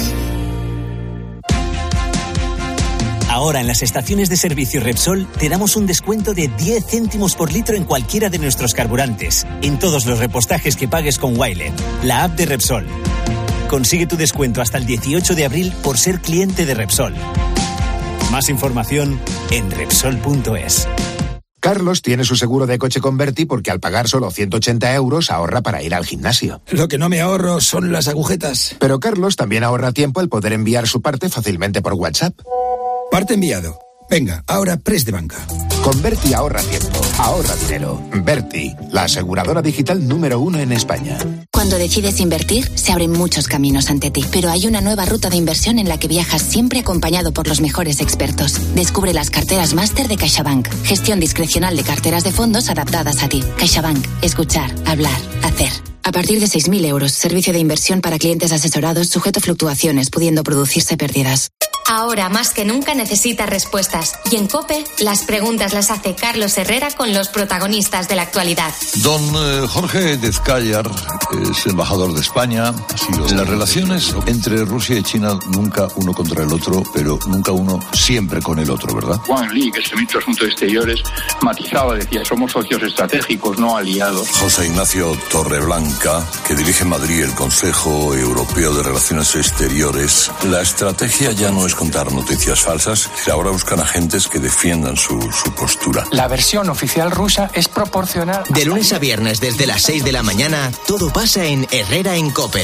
Ahora en las estaciones de servicio Repsol te damos un descuento de diez céntimos por litro en cualquiera de nuestros carburantes, en todos los repostajes que pagues con Wilet, la app de Repsol. Consigue tu descuento hasta el dieciocho de abril por ser cliente de Repsol. Más información en Repsol punto es. Carlos tiene su seguro de coche con Berti porque al pagar solo ciento ochenta euros ahorra para ir al gimnasio. Lo que no me ahorro son las agujetas. Pero Carlos también ahorra tiempo al poder enviar su parte fácilmente por WhatsApp. Parte enviado. Venga, ahora press de banca. Con Berti ahorra tiempo, ahorra dinero. Berti, la aseguradora digital número uno en España. Cuando decides invertir, se abren muchos caminos ante ti, pero hay una nueva ruta de inversión en la que viajas siempre acompañado por los mejores expertos. Descubre las carteras máster de CaixaBank. Gestión discrecional de carteras de fondos adaptadas a ti. CaixaBank. Escuchar, hablar, hacer. A partir de seis mil euros, servicio de inversión para clientes asesorados sujeto a fluctuaciones, pudiendo producirse pérdidas. Ahora más que nunca necesitas respuestas. Y en COPE, las preguntas las hace Carlos Herrera con los protagonistas de la actualidad. Don eh, Jorge Dezcayar es embajador de España. Sí, las relaciones entre Rusia y China nunca uno contra el otro, pero nunca uno siempre con el otro, ¿verdad? Wang Li, que es el ministro de Asuntos Exteriores, matizaba, decía, somos socios estratégicos, no aliados. José Ignacio Torreblanca, que dirige en Madrid el Consejo Europeo de Relaciones Exteriores. La estrategia ya no es contar noticias falsas, ahora buscan agentes que defiendan su, su postura. La versión oficial rusa es proporcional. De lunes a viernes desde las seis de la mañana, todo pasa en Herrera en COPE.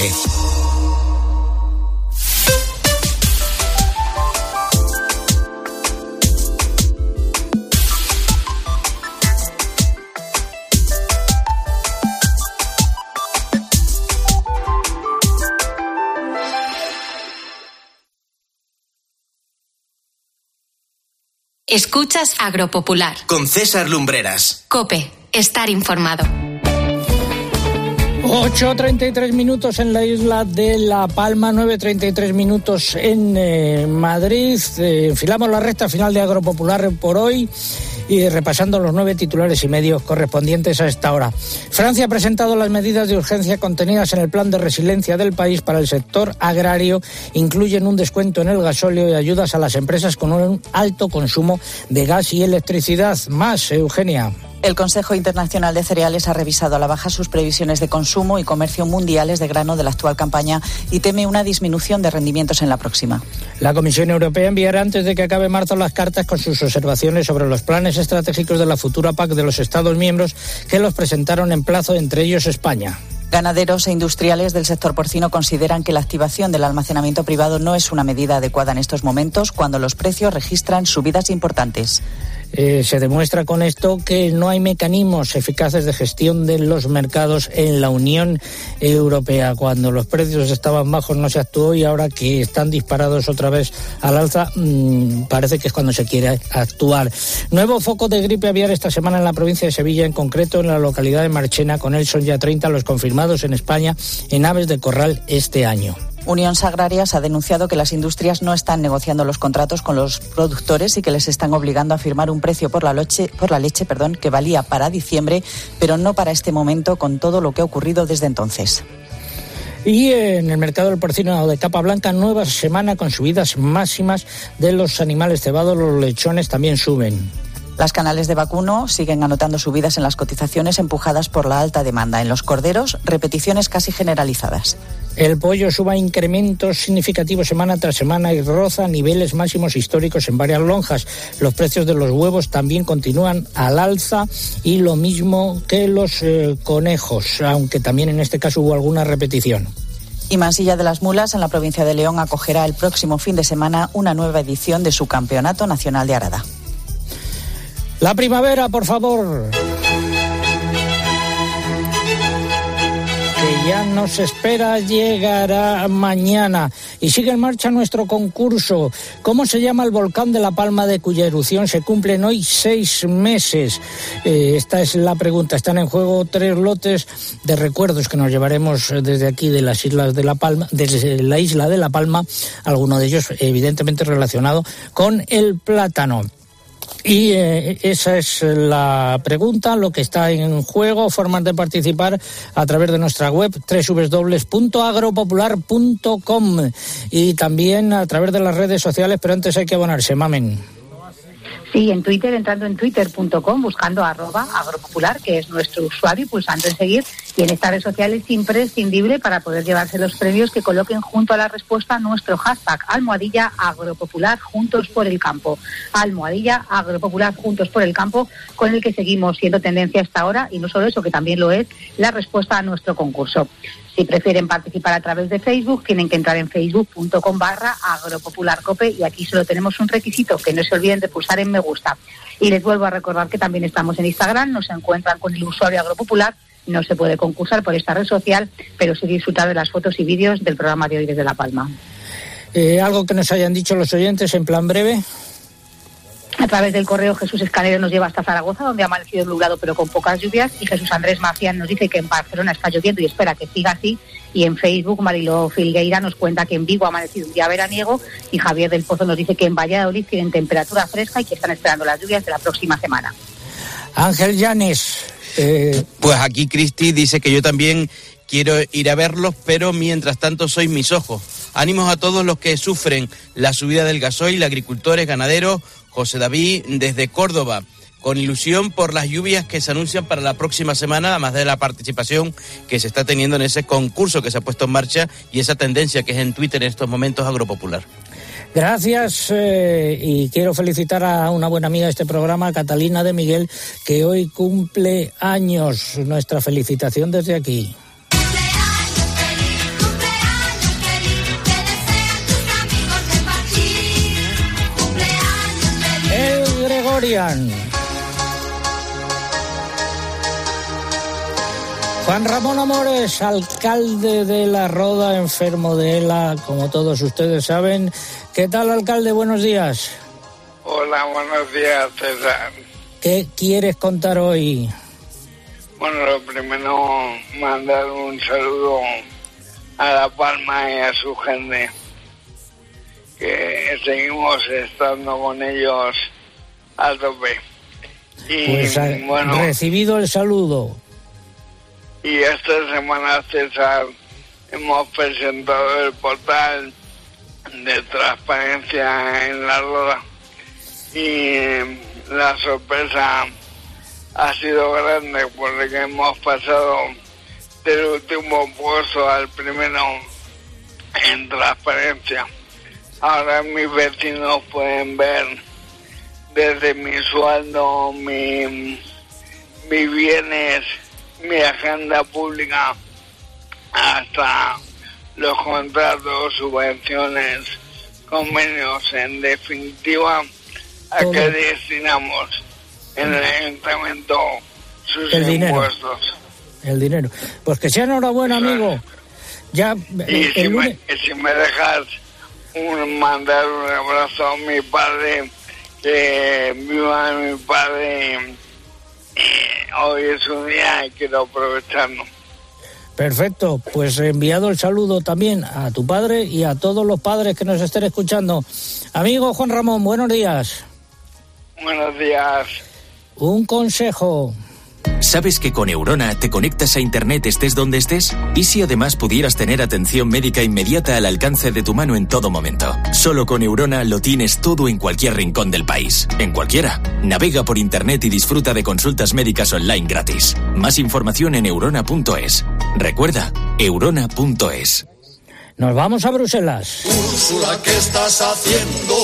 Escuchas Agropopular. Con César Lumbreras. COPE. Estar informado. ocho treinta y tres minutos en la isla de La Palma, nueve treinta y tres minutos en eh, Madrid. Eh, enfilamos la recta final de Agropopular por hoy. Y repasando los nueve titulares y medios correspondientes a esta hora. Francia ha presentado las medidas de urgencia contenidas en el plan de resiliencia del país para el sector agrario. Incluyen un descuento en el gasóleo y ayudas a las empresas con un alto consumo de gas y electricidad. Más, Eugenia. El Consejo Internacional de Cereales ha revisado a la baja sus previsiones de consumo y comercio mundiales de grano de la actual campaña y teme una disminución de rendimientos en la próxima. La Comisión Europea enviará antes de que acabe marzo las cartas con sus observaciones sobre los planes estratégicos de la futura P A C de los Estados miembros que los presentaron en plazo, entre ellos España. Ganaderos e industriales del sector porcino consideran que la activación del almacenamiento privado no es una medida adecuada en estos momentos cuando los precios registran subidas importantes. Eh, se demuestra con esto que no hay mecanismos eficaces de gestión de los mercados en la Unión Europea. Cuando los precios estaban bajos no se actuó y ahora que están disparados otra vez al alza, mmm, parece que es cuando se quiere actuar. Nuevo foco de gripe aviar esta semana en la provincia de Sevilla, en concreto en la localidad de Marchena. Con él son ya treinta los confirmados en España en aves de corral este año. Unión Agrarias ha denunciado que las industrias no están negociando los contratos con los productores y que les están obligando a firmar un precio por la leche, por la leche, perdón, que valía para diciembre, pero no para este momento, con todo lo que ha ocurrido desde entonces. Y en el mercado del porcino de capa blanca, nueva semana con subidas máximas de los animales cebados. Los lechones también suben. Las canales de vacuno siguen anotando subidas en las cotizaciones empujadas por la alta demanda. En los corderos, repeticiones casi generalizadas. El pollo sube incrementos significativos semana tras semana y roza niveles máximos históricos en varias lonjas. Los precios de los huevos también continúan al alza y lo mismo que los eh, conejos, aunque también en este caso hubo alguna repetición. Y Mansilla de las Mulas, en la provincia de León, acogerá el próximo fin de semana una nueva edición de su Campeonato Nacional de Arada. La primavera, por favor. Que ya nos espera, llegará mañana. Y sigue en marcha nuestro concurso. ¿Cómo se llama el volcán de La Palma, de cuya erupción se cumplen hoy seis meses? Eh, esta es la pregunta. Están en juego tres lotes de recuerdos que nos llevaremos desde aquí, de las islas de La Palma, desde la isla de La Palma, alguno de ellos evidentemente relacionado con el plátano. Y eh, esa es la pregunta, lo que está en juego. Formas de participar a través de nuestra web doble u doble u doble u punto agropopular punto com y también a través de las redes sociales, pero antes hay que abonarse, Mamen. Sí, en Twitter, entrando en twitter punto com, buscando arroba agropopular, que es nuestro usuario, y pulsando en seguir. Y en esta red social es imprescindible para poder llevarse los premios que coloquen junto a la respuesta nuestro hashtag almohadilla agropopular juntos por el campo. Almohadilla agropopular juntos por el campo, con el que seguimos siendo tendencia hasta ahora, y no solo eso, que también lo es la respuesta a nuestro concurso. Si prefieren participar a través de Facebook, tienen que entrar en facebook punto com barra agropopularcope, y aquí solo tenemos un requisito, que no se olviden de pulsar en me gusta. Y les vuelvo a recordar que también estamos en Instagram, nos encuentran con el usuario agropopular. No se puede concursar por esta red social, pero sí disfrutar de las fotos y vídeos del programa de hoy desde La Palma. Eh, ¿Algo que nos hayan dicho los oyentes en plan breve? A través del correo, Jesús Escalero nos lleva hasta Zaragoza, donde ha amanecido nublado pero con pocas lluvias, y Jesús Andrés Macián nos dice que en Barcelona está lloviendo y espera que siga así. Y en Facebook, Mariló Filgueira nos cuenta que en Vigo ha amanecido un día veraniego, y Javier del Pozo nos dice que en Valladolid tienen temperatura fresca y que están esperando las lluvias de la próxima semana. Ángel Llanes. Eh... Pues aquí Cristi dice que yo también quiero ir a verlos, pero mientras tanto sois mis ojos. Ánimos a todos los que sufren la subida del gasoil, agricultores, ganaderos. José David desde Córdoba, con ilusión por las lluvias que se anuncian para la próxima semana, además de la participación que se está teniendo en ese concurso que se ha puesto en marcha y esa tendencia que es en Twitter en estos momentos, Agropopular. Gracias, eh, y quiero felicitar a una buena amiga de este programa, Catalina de Miguel, que hoy cumple años. Nuestra felicitación desde aquí. El Gregorian. Juan Ramón Amores, alcalde de La Roda, enfermo de ELA, como todos ustedes saben. ¿Qué tal, alcalde? Buenos días. Hola, buenos días, César. ¿Qué quieres contar hoy? Bueno, lo primero, mandar un saludo a La Palma y a su gente, que seguimos estando con ellos a tope. Y, Pues ha bueno, recibido el saludo. y esta semana, César, hemos presentado el portal de transparencia en la Roda y la sorpresa ha sido grande porque hemos pasado del último puesto al primero en transparencia. Ahora mis vecinos pueden ver desde mi sueldo, mi, mis bienes, mi agenda pública, hasta los contratos, subvenciones, convenios, en definitiva, a Todo. qué destinamos en el ayuntamiento sus El dinero. impuestos. El dinero. Pues que sea enhorabuena, amigo. Ya Y el, si el me, lunes... si me dejas un, mandar un abrazo a mi padre, que viva mi padre, eh, hoy es un día y quiero aprovecharlo. Perfecto, pues enviado el saludo también a tu padre y a todos los padres que nos estén escuchando. Amigo Juan Ramón, buenos días. Buenos días. Un consejo. ¿Sabes que con Eurona te conectas a Internet estés donde estés? ¿Y si además pudieras tener atención médica inmediata al alcance de tu mano en todo momento? Solo con Eurona lo tienes todo en cualquier rincón del país. En cualquiera. Navega por Internet y disfruta de consultas médicas online gratis. Más información en eurona punto es. Recuerda, eurona punto es. Nos vamos a Bruselas. Úrsula, ¿qué estás haciendo?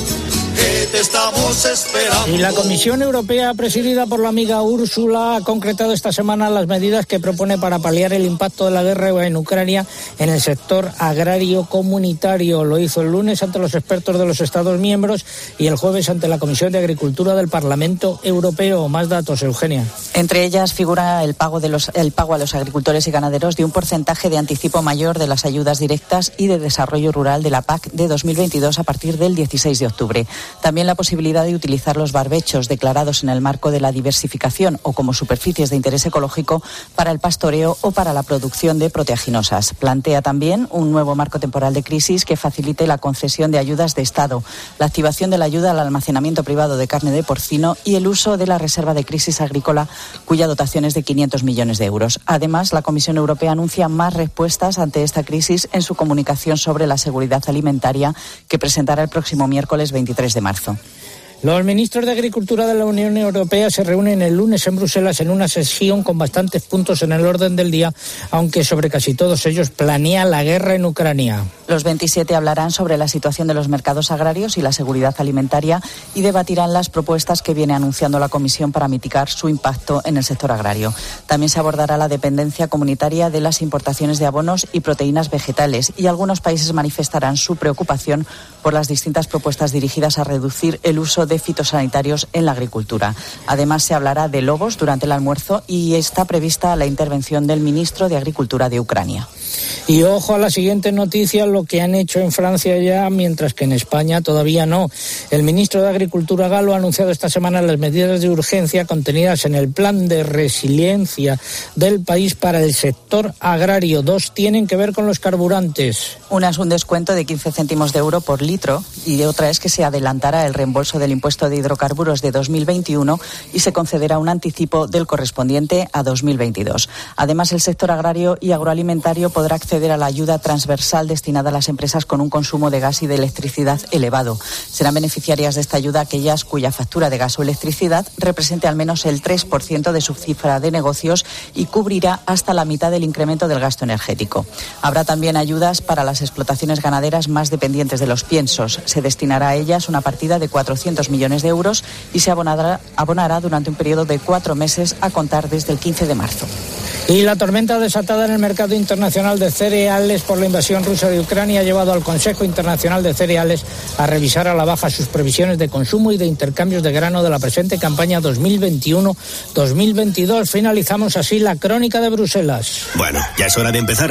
Que te estamos esperando. Y la Comisión Europea, presidida por la amiga Úrsula, ha concretado esta semana las medidas que propone para paliar el impacto de la guerra en Ucrania en el sector agrario comunitario. Lo hizo el lunes ante los expertos de los Estados miembros y el jueves ante la Comisión de Agricultura del Parlamento Europeo. Más datos, Eugenia. Entre ellas figura el pago, de los, el pago a los agricultores y ganaderos de un porcentaje de anticipo mayor de las ayudas directas y de desarrollo rural de la P A C de dos mil veintidós a partir del dieciséis de octubre. También la posibilidad de utilizar los barbechos declarados en el marco de la diversificación o como superficies de interés ecológico para el pastoreo o para la producción de proteaginosas. Plantea también un nuevo marco temporal de crisis que facilite la concesión de ayudas de Estado, la activación de la ayuda al almacenamiento privado de carne de porcino y el uso de la reserva de crisis agrícola, cuya dotación es de quinientos millones de euros. Además, la Comisión Europea anuncia más respuestas ante esta crisis en su comunicación sobre la seguridad alimentaria que presentará el próximo miércoles veintitrés de marzo. Los ministros de Agricultura de la Unión Europea se reúnen el lunes en Bruselas en una sesión con bastantes puntos en el orden del día, aunque sobre casi todos ellos planea la guerra en Ucrania. Los veintisiete hablarán sobre la situación de los mercados agrarios y la seguridad alimentaria y debatirán las propuestas que viene anunciando la Comisión para mitigar su impacto en el sector agrario. También se abordará la dependencia comunitaria de las importaciones de abonos y proteínas vegetales y algunos países manifestarán su preocupación por las distintas propuestas dirigidas a reducir el uso de fitosanitarios en la agricultura. Además, se hablará de lobos durante el almuerzo y está prevista la intervención del ministro de Agricultura de Ucrania. Y ojo a la siguiente noticia, lo que han hecho en Francia ya, mientras que en España todavía no. El ministro de Agricultura galo ha anunciado esta semana las medidas de urgencia contenidas en el plan de resiliencia del país para el sector agrario. Dos tienen que ver con los carburantes. Una es un descuento de quince céntimos de euro por litro y otra es que se adelantará el reembolso del impuesto de hidrocarburos de dos mil veintiuno y se concederá un anticipo del correspondiente a dos mil veintidós. Además, el sector agrario y agroalimentario podrá acceder a la ayuda transversal destinada a las empresas con un consumo de gas y de electricidad elevado. Serán beneficiarias de esta ayuda aquellas cuya factura de gas o electricidad represente al menos el tres por ciento de su cifra de negocios y cubrirá hasta la mitad del incremento del gasto energético. Habrá también ayudas para las explotaciones ganaderas más dependientes de los piensos. Se destinará a ellas una partida de cuatrocientos millones de euros y se abonará, abonará durante un periodo de cuatro meses a contar desde el quince de marzo. Y la tormenta desatada en el mercado internacional de cereales por la invasión rusa de Ucrania ha llevado al Consejo Internacional de Cereales a revisar a la baja sus previsiones de consumo y de intercambios de grano de la presente campaña dos mil veintiuno dos mil veintidós. Finalizamos así la crónica de Bruselas. Bueno, ya es hora de empezar.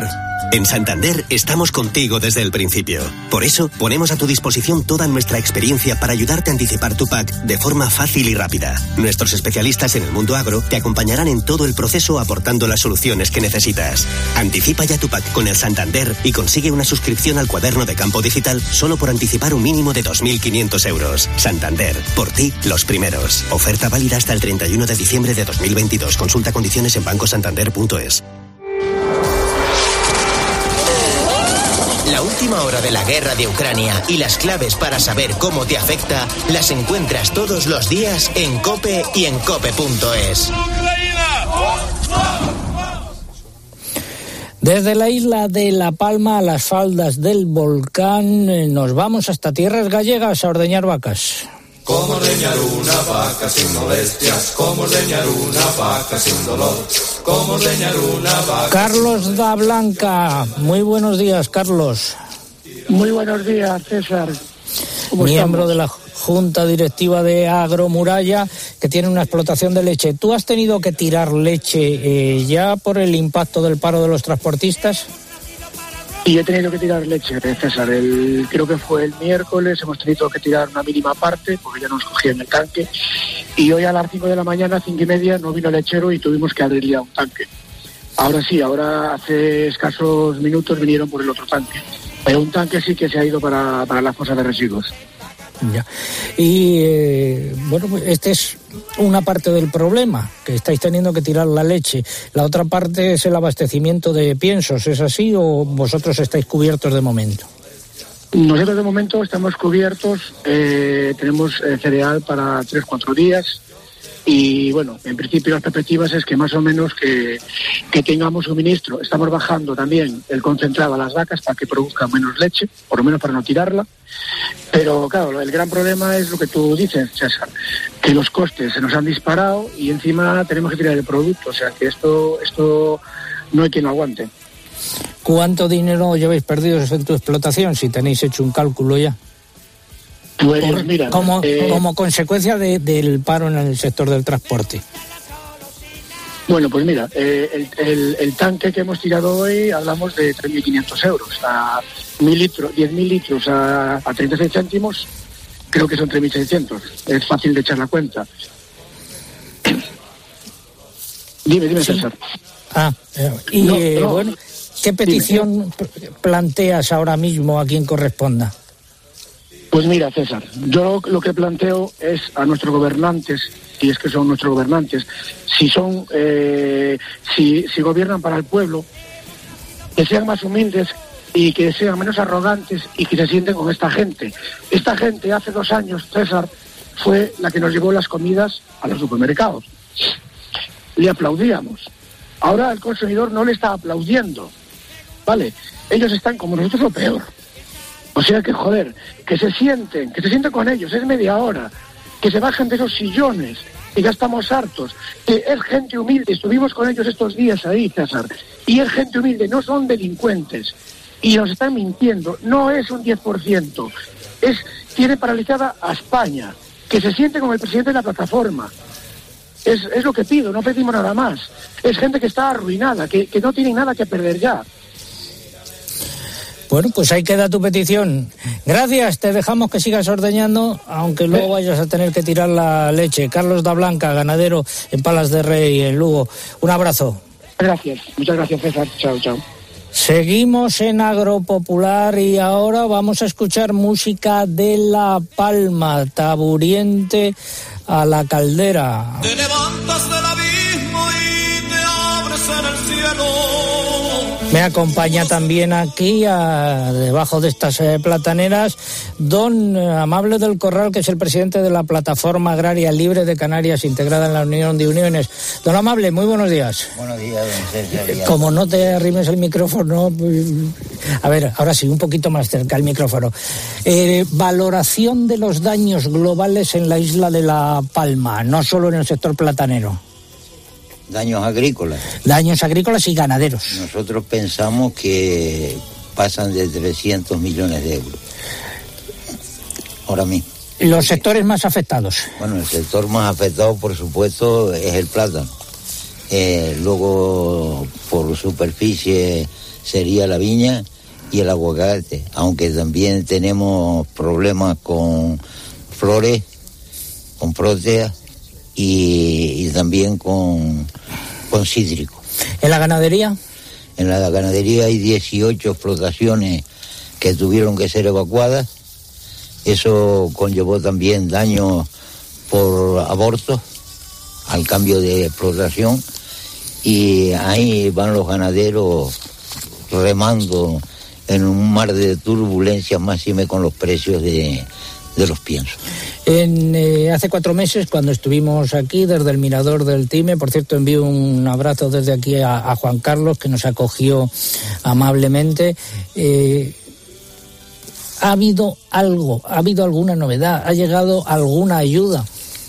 En Santander estamos contigo desde el principio. Por eso, ponemos a tu disposición toda nuestra experiencia para ayudarte a anticipar tu P A C de forma fácil y rápida. Nuestros especialistas en el mundo agro te acompañarán en todo el proceso aportando las soluciones que necesitas. Anticipa ya tu P A C con el Santander y consigue una suscripción al cuaderno de campo digital solo por anticipar un mínimo de dos mil quinientos euros. Santander, por ti, los primeros. Oferta válida hasta el treinta y uno de diciembre de dos mil veintidós. Consulta condiciones en banco santander punto es. La última hora de la guerra de Ucrania y las claves para saber cómo te afecta las encuentras todos los días en COPE y en cope punto es. Desde la isla de La Palma a las faldas del volcán nos vamos hasta tierras gallegas a ordeñar vacas. Cómo ordeñar una vaca sin molestias, cómo ordeñar una vaca sin dolor, cómo ordeñar una vaca. Carlos da Blanca, muy buenos días, Carlos. Muy buenos días, César. Miembro de la Junta Directiva de Agromuralla, que tiene una explotación de leche. ¿Tú has tenido que tirar leche eh, ya por el impacto del paro de los transportistas? Y he tenido que tirar leche, César. El, creo que fue el miércoles, hemos tenido que tirar una mínima parte, porque ya nos cogían el tanque. Y hoy a las cinco de la mañana, cinco y media, no vino el lechero y tuvimos que abrir ya un tanque. Ahora sí, ahora hace escasos minutos vinieron por el otro tanque. Pero un tanque sí que se ha ido para, para la fosa de residuos. Ya. Y eh, bueno, pues este es una parte del problema, que estáis teniendo que tirar la leche. La otra parte es el abastecimiento de piensos, ¿es así o vosotros estáis cubiertos de momento? Nosotros de momento estamos cubiertos, eh, tenemos eh, cereal para tres, cuatro días. Y bueno, en principio las perspectivas es que más o menos que, que tengamos suministro. Estamos bajando también el concentrado a las vacas para que produzcan menos leche, por lo menos para no tirarla. Pero claro, el gran problema es lo que tú dices, César, que los costes se nos han disparado y encima tenemos que tirar el producto. O sea que esto, esto no hay quien lo aguante. ¿Cuánto dinero lleváis perdidos en tu explotación, si tenéis hecho un cálculo ya? Pues mira, como, eh, como consecuencia de, del paro en el sector del transporte. Bueno, pues mira, eh, el, el, el tanque que hemos tirado hoy hablamos de tres mil quinientos euros, a mil litros, diez mil litros a, a treinta y seis céntimos, creo que son tres mil seiscientos. Es fácil de echar la cuenta. Dime, dime, sí. César. Ah, eh, y no, eh, no, bueno, ¿qué petición dime. planteas ahora mismo a quien corresponda? Pues mira, César, yo lo que planteo es a nuestros gobernantes, si es que son nuestros gobernantes, si son, eh, si, si gobiernan para el pueblo, que sean más humildes y que sean menos arrogantes y que se sienten con esta gente. Esta gente hace dos años, César, fue la que nos llevó las comidas a los supermercados. Le aplaudíamos. Ahora el consumidor no le está aplaudiendo, ¿vale? Ellos están como nosotros o peor. O sea que, joder, que se sienten, que se sienten con ellos, es media hora, que se bajen de esos sillones, que ya estamos hartos, que es gente humilde, estuvimos con ellos estos días ahí, César, y es gente humilde, no son delincuentes, y nos están mintiendo, no es un diez por ciento, es, tiene paralizada a España, que se siente como el presidente de la plataforma, es, es lo que pido, no pedimos nada más, es gente que está arruinada, que, que no tiene nada que perder ya. Bueno, pues ahí queda tu petición. Gracias, te dejamos que sigas ordeñando, aunque luego vayas a tener que tirar la leche. Carlos da Blanca, ganadero en Palas de Rey, en Lugo. Un abrazo. Gracias, muchas gracias, César. Chao, chao. Seguimos en Agropopular y ahora vamos a escuchar música de La Palma, Taburiente a la Caldera. Te levantas del abismo y te abres en el cielo. Me acompaña también aquí, a, debajo de estas eh, plataneras, don eh, Amable del Corral, que es el presidente de la Plataforma Agraria Libre de Canarias, integrada en la Unión de Uniones. Don Amable, muy buenos días. Buenos días, don César. Como no te arrimes el micrófono, pues, a ver, ahora sí, un poquito más cerca el micrófono. Eh, valoración de los daños globales en la isla de La Palma, no solo en el sector platanero. Daños agrícolas. Daños agrícolas y ganaderos. Nosotros pensamos que pasan de trescientos millones de euros. Ahora mismo. ¿Los sectores más afectados? Bueno, el sector más afectado, por supuesto, es el plátano. Eh, luego, por superficie, sería la viña y el aguacate, aunque también tenemos problemas con flores, con próteas y, y también con, con cítricos. ¿En la ganadería? En la ganadería hay dieciocho explotaciones que tuvieron que ser evacuadas. Eso conllevó también daños por abortos al cambio de explotación, y ahí van los ganaderos remando en un mar de turbulencias, máxime con los precios de, de los piensos. En, eh, hace cuatro meses, cuando estuvimos aquí desde el Mirador del Time, por cierto, envío un abrazo desde aquí a, a Juan Carlos, que nos acogió amablemente. Eh, ¿Ha habido algo, ha habido alguna novedad? ¿Ha llegado alguna ayuda?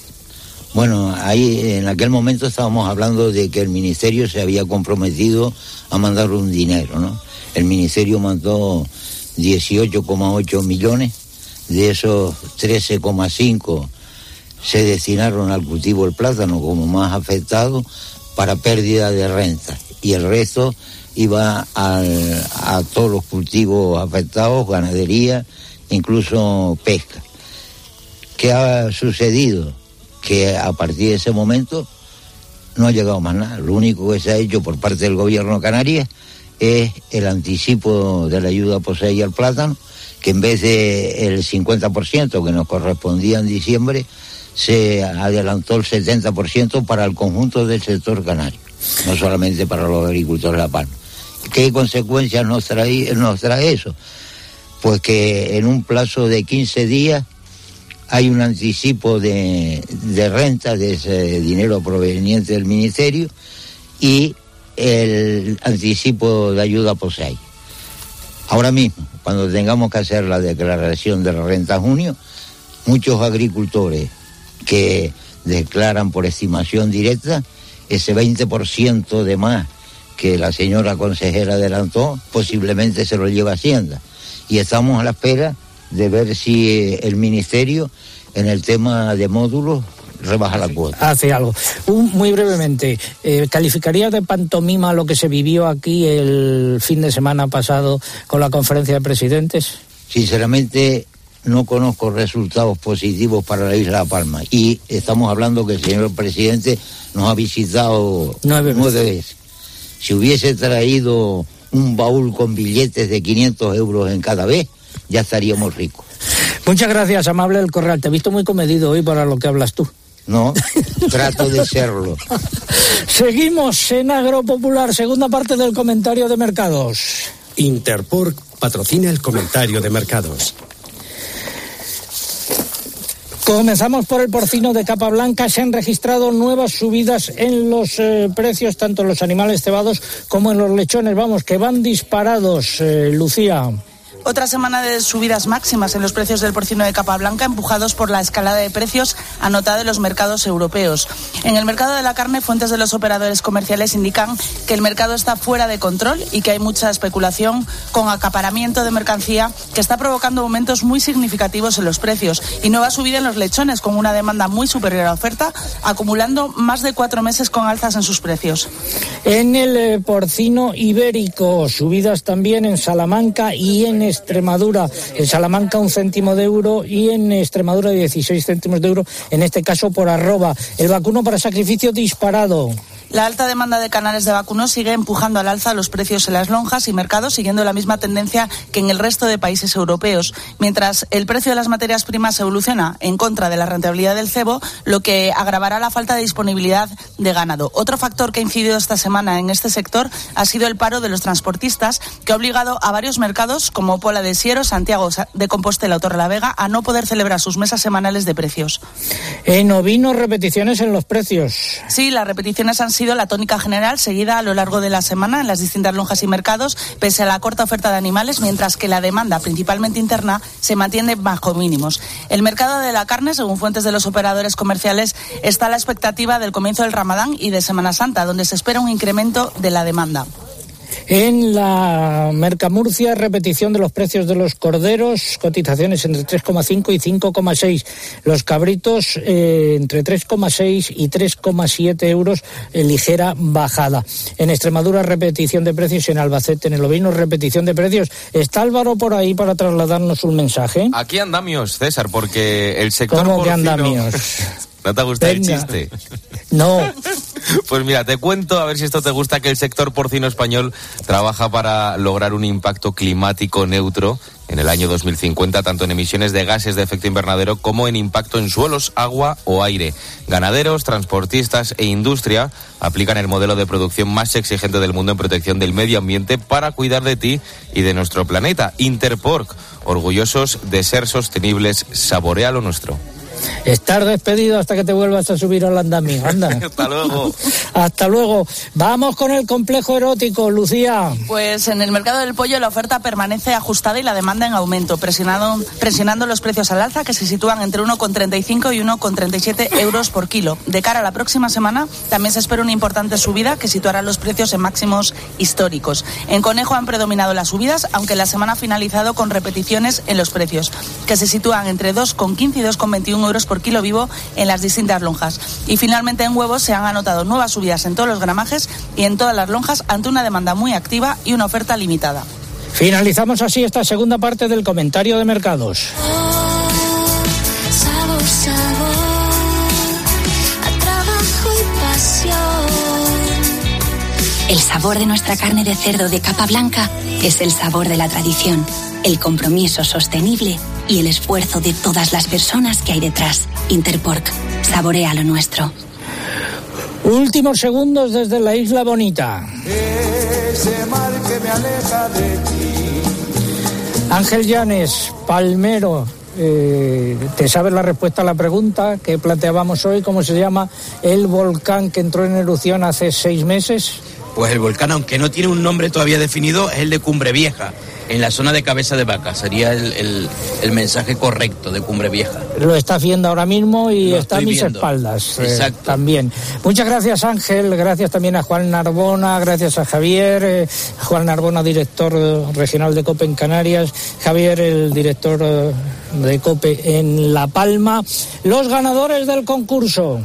Bueno, ahí en aquel momento estábamos hablando de que el Ministerio se había comprometido a mandar un dinero, ¿no? El Ministerio mandó dieciocho coma ocho millones, de esos trece coma cinco se destinaron al cultivo del plátano como más afectado para pérdida de renta, y el resto iba al, a todos los cultivos afectados, ganadería, incluso pesca. ¿Qué ha sucedido? Que a partir de ese momento no ha llegado más nada. Lo único que se ha hecho por parte del gobierno de Canarias es el anticipo de la ayuda a POSEI al plátano, que en vez de el cincuenta por ciento que nos correspondía en diciembre, se adelantó el setenta por ciento para el conjunto del sector canario, no solamente para los agricultores de La Palma. ¿Qué consecuencias nos trae, nos trae eso? Pues que en un plazo de quince días hay un anticipo de, de renta de ese dinero proveniente del Ministerio y el anticipo de ayuda POSEI. Ahora mismo, cuando tengamos que hacer la declaración de la renta junio, muchos agricultores que declaran por estimación directa, ese veinte por ciento de más que la señora consejera adelantó, posiblemente se lo lleva Hacienda. Y estamos a la espera de ver si el Ministerio, en el tema de módulos, rebaja la cuota. Hace algo. Un, muy brevemente, eh, ¿calificaría de pantomima lo que se vivió aquí el fin de semana pasado con la conferencia de presidentes? Sinceramente, no conozco resultados positivos para la isla de La Palma. Y estamos hablando que el señor presidente nos ha visitado nueve veces. veces. Si hubiese traído un baúl con billetes de quinientos euros en cada vez, ya estaríamos ricos. Muchas gracias, amable del Corral. Te he visto muy comedido hoy para lo que hablas tú. No, trato de serlo. Seguimos en Agropopular, segunda parte del comentario de mercados. Interpork patrocina el comentario de mercados. Comenzamos por el porcino de capa blanca. Se han registrado nuevas subidas en los eh, precios, tanto en los animales cebados como en los lechones. Vamos, que van disparados, eh, Lucía. Otra semana de subidas máximas en los precios del porcino de capa blanca, empujados por la escalada de precios anotada en los mercados europeos. En el mercado de la carne, fuentes de los operadores comerciales indican que el mercado está fuera de control y que hay mucha especulación con acaparamiento de mercancía que está provocando aumentos muy significativos en los precios y nueva subida en los lechones, con una demanda muy superior a la oferta, acumulando más de cuatro meses con alzas en sus precios. En el eh, porcino ibérico, subidas también en Salamanca y en Extremadura. En Salamanca un céntimo de euro y en Extremadura dieciséis céntimos de euro, en este caso por arroba. El vacuno para sacrificio disparado. La alta demanda de canales de vacuno sigue empujando al alza los precios en las lonjas y mercados, siguiendo la misma tendencia que en el resto de países europeos. Mientras el precio de las materias primas evoluciona en contra de la rentabilidad del cebo, lo que agravará la falta de disponibilidad de ganado. Otro factor que ha incidido esta semana en este sector ha sido el paro de los transportistas, que ha obligado a varios mercados como Pola de Siero, Santiago de Compostela o Torrelavega a no poder celebrar sus mesas semanales de precios. En ovino, repeticiones en los precios. Sí, las repeticiones han sido la tónica general seguida a lo largo de la semana en las distintas lonjas y mercados, pese a la corta oferta de animales, mientras que la demanda, principalmente interna, se mantiene bajo mínimos. El mercado de la carne, según fuentes de los operadores comerciales, está a la expectativa del comienzo del Ramadán y de Semana Santa, donde se espera un incremento de la demanda. En la Mercamurcia, repetición de los precios de los corderos, cotizaciones entre tres coma cinco y cinco coma seis. Los cabritos eh, entre tres coma seis y tres coma siete euros, eh, ligera bajada. En Extremadura, repetición de precios. En Albacete, en el ovino, repetición de precios. ¿Está Álvaro por ahí para trasladarnos un mensaje? Aquí andamios, César, porque el sector ¿Cómo porcino... que andamios? ¿No te gusta Venga. el chiste? No. Pues mira, te cuento, a ver si esto te gusta, que el sector porcino español trabaja para lograr un impacto climático neutro en el año dos mil cincuenta, tanto en emisiones de gases de efecto invernadero como en impacto en suelos, agua o aire. Ganaderos, transportistas e industria aplican el modelo de producción más exigente del mundo en protección del medio ambiente para cuidar de ti y de nuestro planeta. Interpork, orgullosos de ser sostenibles, saborea lo nuestro. Estar despedido hasta que te vuelvas a subir al andamio. Anda. Hasta luego. Hasta luego. Vamos con el complejo erótico, Lucía. Pues en el mercado del pollo la oferta permanece ajustada y la demanda en aumento, presionando, presionando los precios al alza, que se sitúan entre uno coma treinta y cinco y uno coma treinta y siete euros por kilo. De cara a la próxima semana también se espera una importante subida que situará los precios en máximos históricos. En conejo han predominado las subidas, aunque la semana ha finalizado con repeticiones en los precios, que se sitúan entre dos coma quince y dos coma veintiuno euros por kilo vivo en las distintas lonjas. Y finalmente en huevos se han anotado nuevas subidas en todos los gramajes y en todas las lonjas ante una demanda muy activa y una oferta limitada. Finalizamos así esta segunda parte del comentario de mercados. Oh, sabor, sabor, a trabajo y pasión. El sabor de nuestra carne de cerdo de capa blanca es el sabor de la tradición, el compromiso sostenible y el esfuerzo de todas las personas que hay detrás. Interpork, saborea lo nuestro. Últimos segundos desde la Isla Bonita. Ese mar que me aleja de ti. Ángel Llanes, Palmero, eh, ¿te sabes la respuesta a la pregunta que planteábamos hoy? ¿Cómo se llama el volcán que entró en erupción hace seis meses? Pues el volcán, aunque no tiene un nombre todavía definido, es el de Cumbre Vieja, en la zona de Cabeza de Vaca. Sería el, el, el mensaje correcto de Cumbre Vieja. Lo estás viendo ahora mismo y Lo está a estoy mis viendo. espaldas. Exacto. Eh, también. Muchas gracias, Ángel. Gracias también a Juan Narbona. Gracias a Javier. Eh, Juan Narbona, director eh, regional de COPE en Canarias. Javier, el director eh, de COPE en La Palma. Los ganadores del concurso.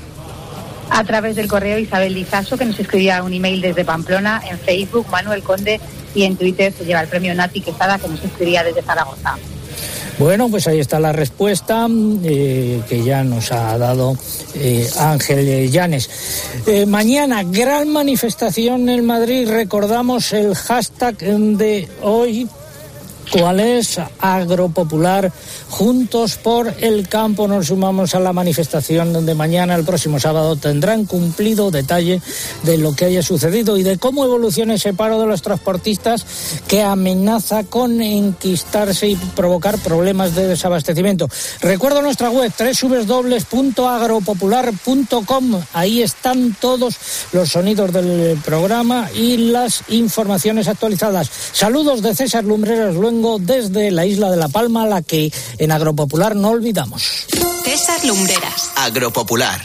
A través del correo Isabel Lizaso, que nos escribía un email desde Pamplona, en Facebook Manuel Conde y en Twitter se lleva el premio Nati Quesada, que nos escribía desde Zaragoza. Bueno, pues ahí está la respuesta eh, que ya nos ha dado eh, Ángel Llanes. Eh, mañana, gran manifestación en Madrid. Recordamos el hashtag de hoy. ¿Cuál es? Agropopular, juntos por el campo. Nos sumamos a la manifestación donde mañana, el próximo sábado, tendrán cumplido detalle de lo que haya sucedido y de cómo evoluciona ese paro de los transportistas que amenaza con enquistarse y provocar problemas de desabastecimiento. Recuerdo nuestra web, doble u doble u doble u punto agropopular punto com. Ahí están todos los sonidos del programa y las informaciones actualizadas. Saludos de César Lumbreras Luengo desde la isla de La Palma, la que en Agropopular no olvidamos. César Lumbreras. Agropopular.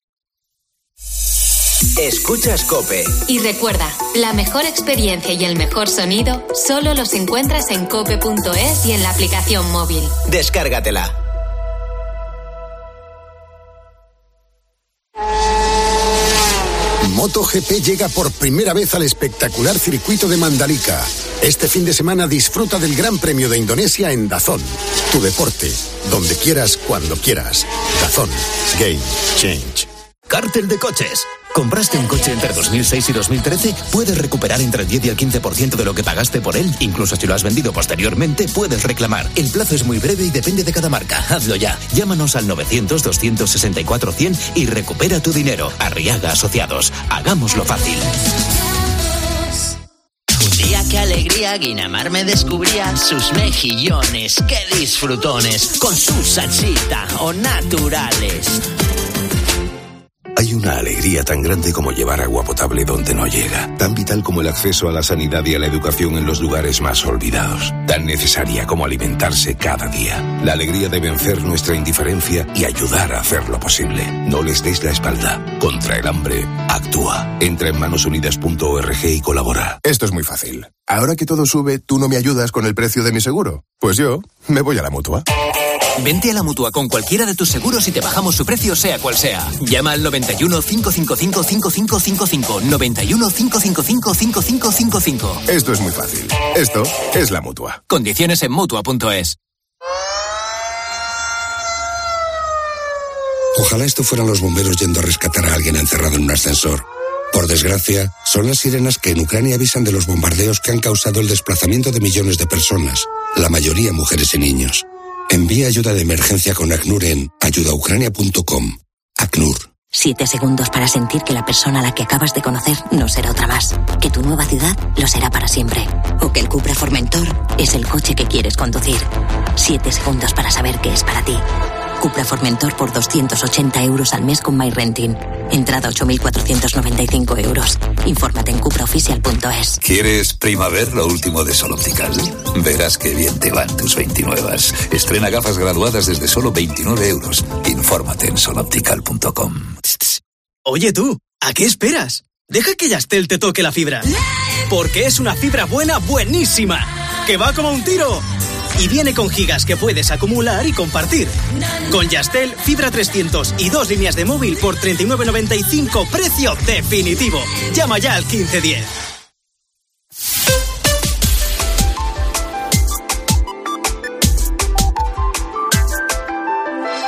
Escuchas COPE. Y recuerda, la mejor experiencia y el mejor sonido solo los encuentras en cope punto es y en la aplicación móvil. Descárgatela. MotoGP llega por primera vez al espectacular circuito de Mandalika. Este fin de semana disfruta del Gran Premio de Indonesia en DAZN. Tu deporte, donde quieras, cuando quieras. DAZN. Game Change. Cártel de coches. ¿Compraste un coche entre dos mil seis y dos mil trece? Puedes recuperar entre el diez y el quince por ciento de lo que pagaste por él. Incluso si lo has vendido posteriormente, puedes reclamar. El plazo es muy breve y depende de cada marca. Hazlo ya. Llámanos al novecientos, doscientos sesenta y cuatro, cien y recupera tu dinero. Arriaga Asociados. Hagámoslo fácil. Un día, qué alegría, Guinamar me descubría sus mejillones, qué disfrutones, con su salsita o naturales. Hay una alegría tan grande como llevar agua potable donde no llega, tan vital como el acceso a la sanidad y a la educación en los lugares más olvidados, tan necesaria como alimentarse cada día. La alegría de vencer nuestra indiferencia y ayudar a hacerlo posible. No les des la espalda. Contra el hambre, actúa. Entra en manos unidas punto org y colabora. Esto es muy fácil. Ahora que todo sube, ¿tú no me ayudas con el precio de mi seguro? Pues yo me voy a la Mutua. Vente a la Mutua con cualquiera de tus seguros y te bajamos su precio sea cual sea. Llama al noventa y uno, cinco cinco cinco, cinco cinco cinco cinco. noventa y uno, cinco cinco cinco, cinco cinco cinco cinco. Esto es muy fácil. Esto es la Mutua. Condiciones en Mutua punto es. Ojalá esto fueran los bomberos yendo a rescatar a alguien encerrado en un ascensor. Por desgracia, son las sirenas que en Ucrania avisan de los bombardeos que han causado el desplazamiento de millones de personas, la mayoría mujeres y niños. Envía ayuda de emergencia con ACNUR en ayuda ucrania punto com. ACNUR. Siete segundos para sentir que la persona a la que acabas de conocer no será otra más. Que tu nueva ciudad lo será para siempre. O que el Cupra Formentor es el coche que quieres conducir. Siete segundos para saber que es para ti. Cupra Formentor por doscientos ochenta euros al mes con MyRenting. Entrada ocho mil cuatrocientos noventa y cinco euros. Infórmate en cupra oficial punto es. ¿Quieres Primaver, lo último de Sol Optical? Verás qué bien te van tus veintinuevas. Estrena gafas graduadas desde solo veintinueve euros. Infórmate en sol optical punto com. Oye tú, ¿a qué esperas? Deja que Yastel te toque la fibra. Porque es una fibra buena, buenísima. Que va como un tiro. Y viene con gigas que puedes acumular y compartir. Con Yastel, fibra trescientos y dos líneas de móvil por treinta y nueve noventa y cinco, precio definitivo. Llama ya al quince diez.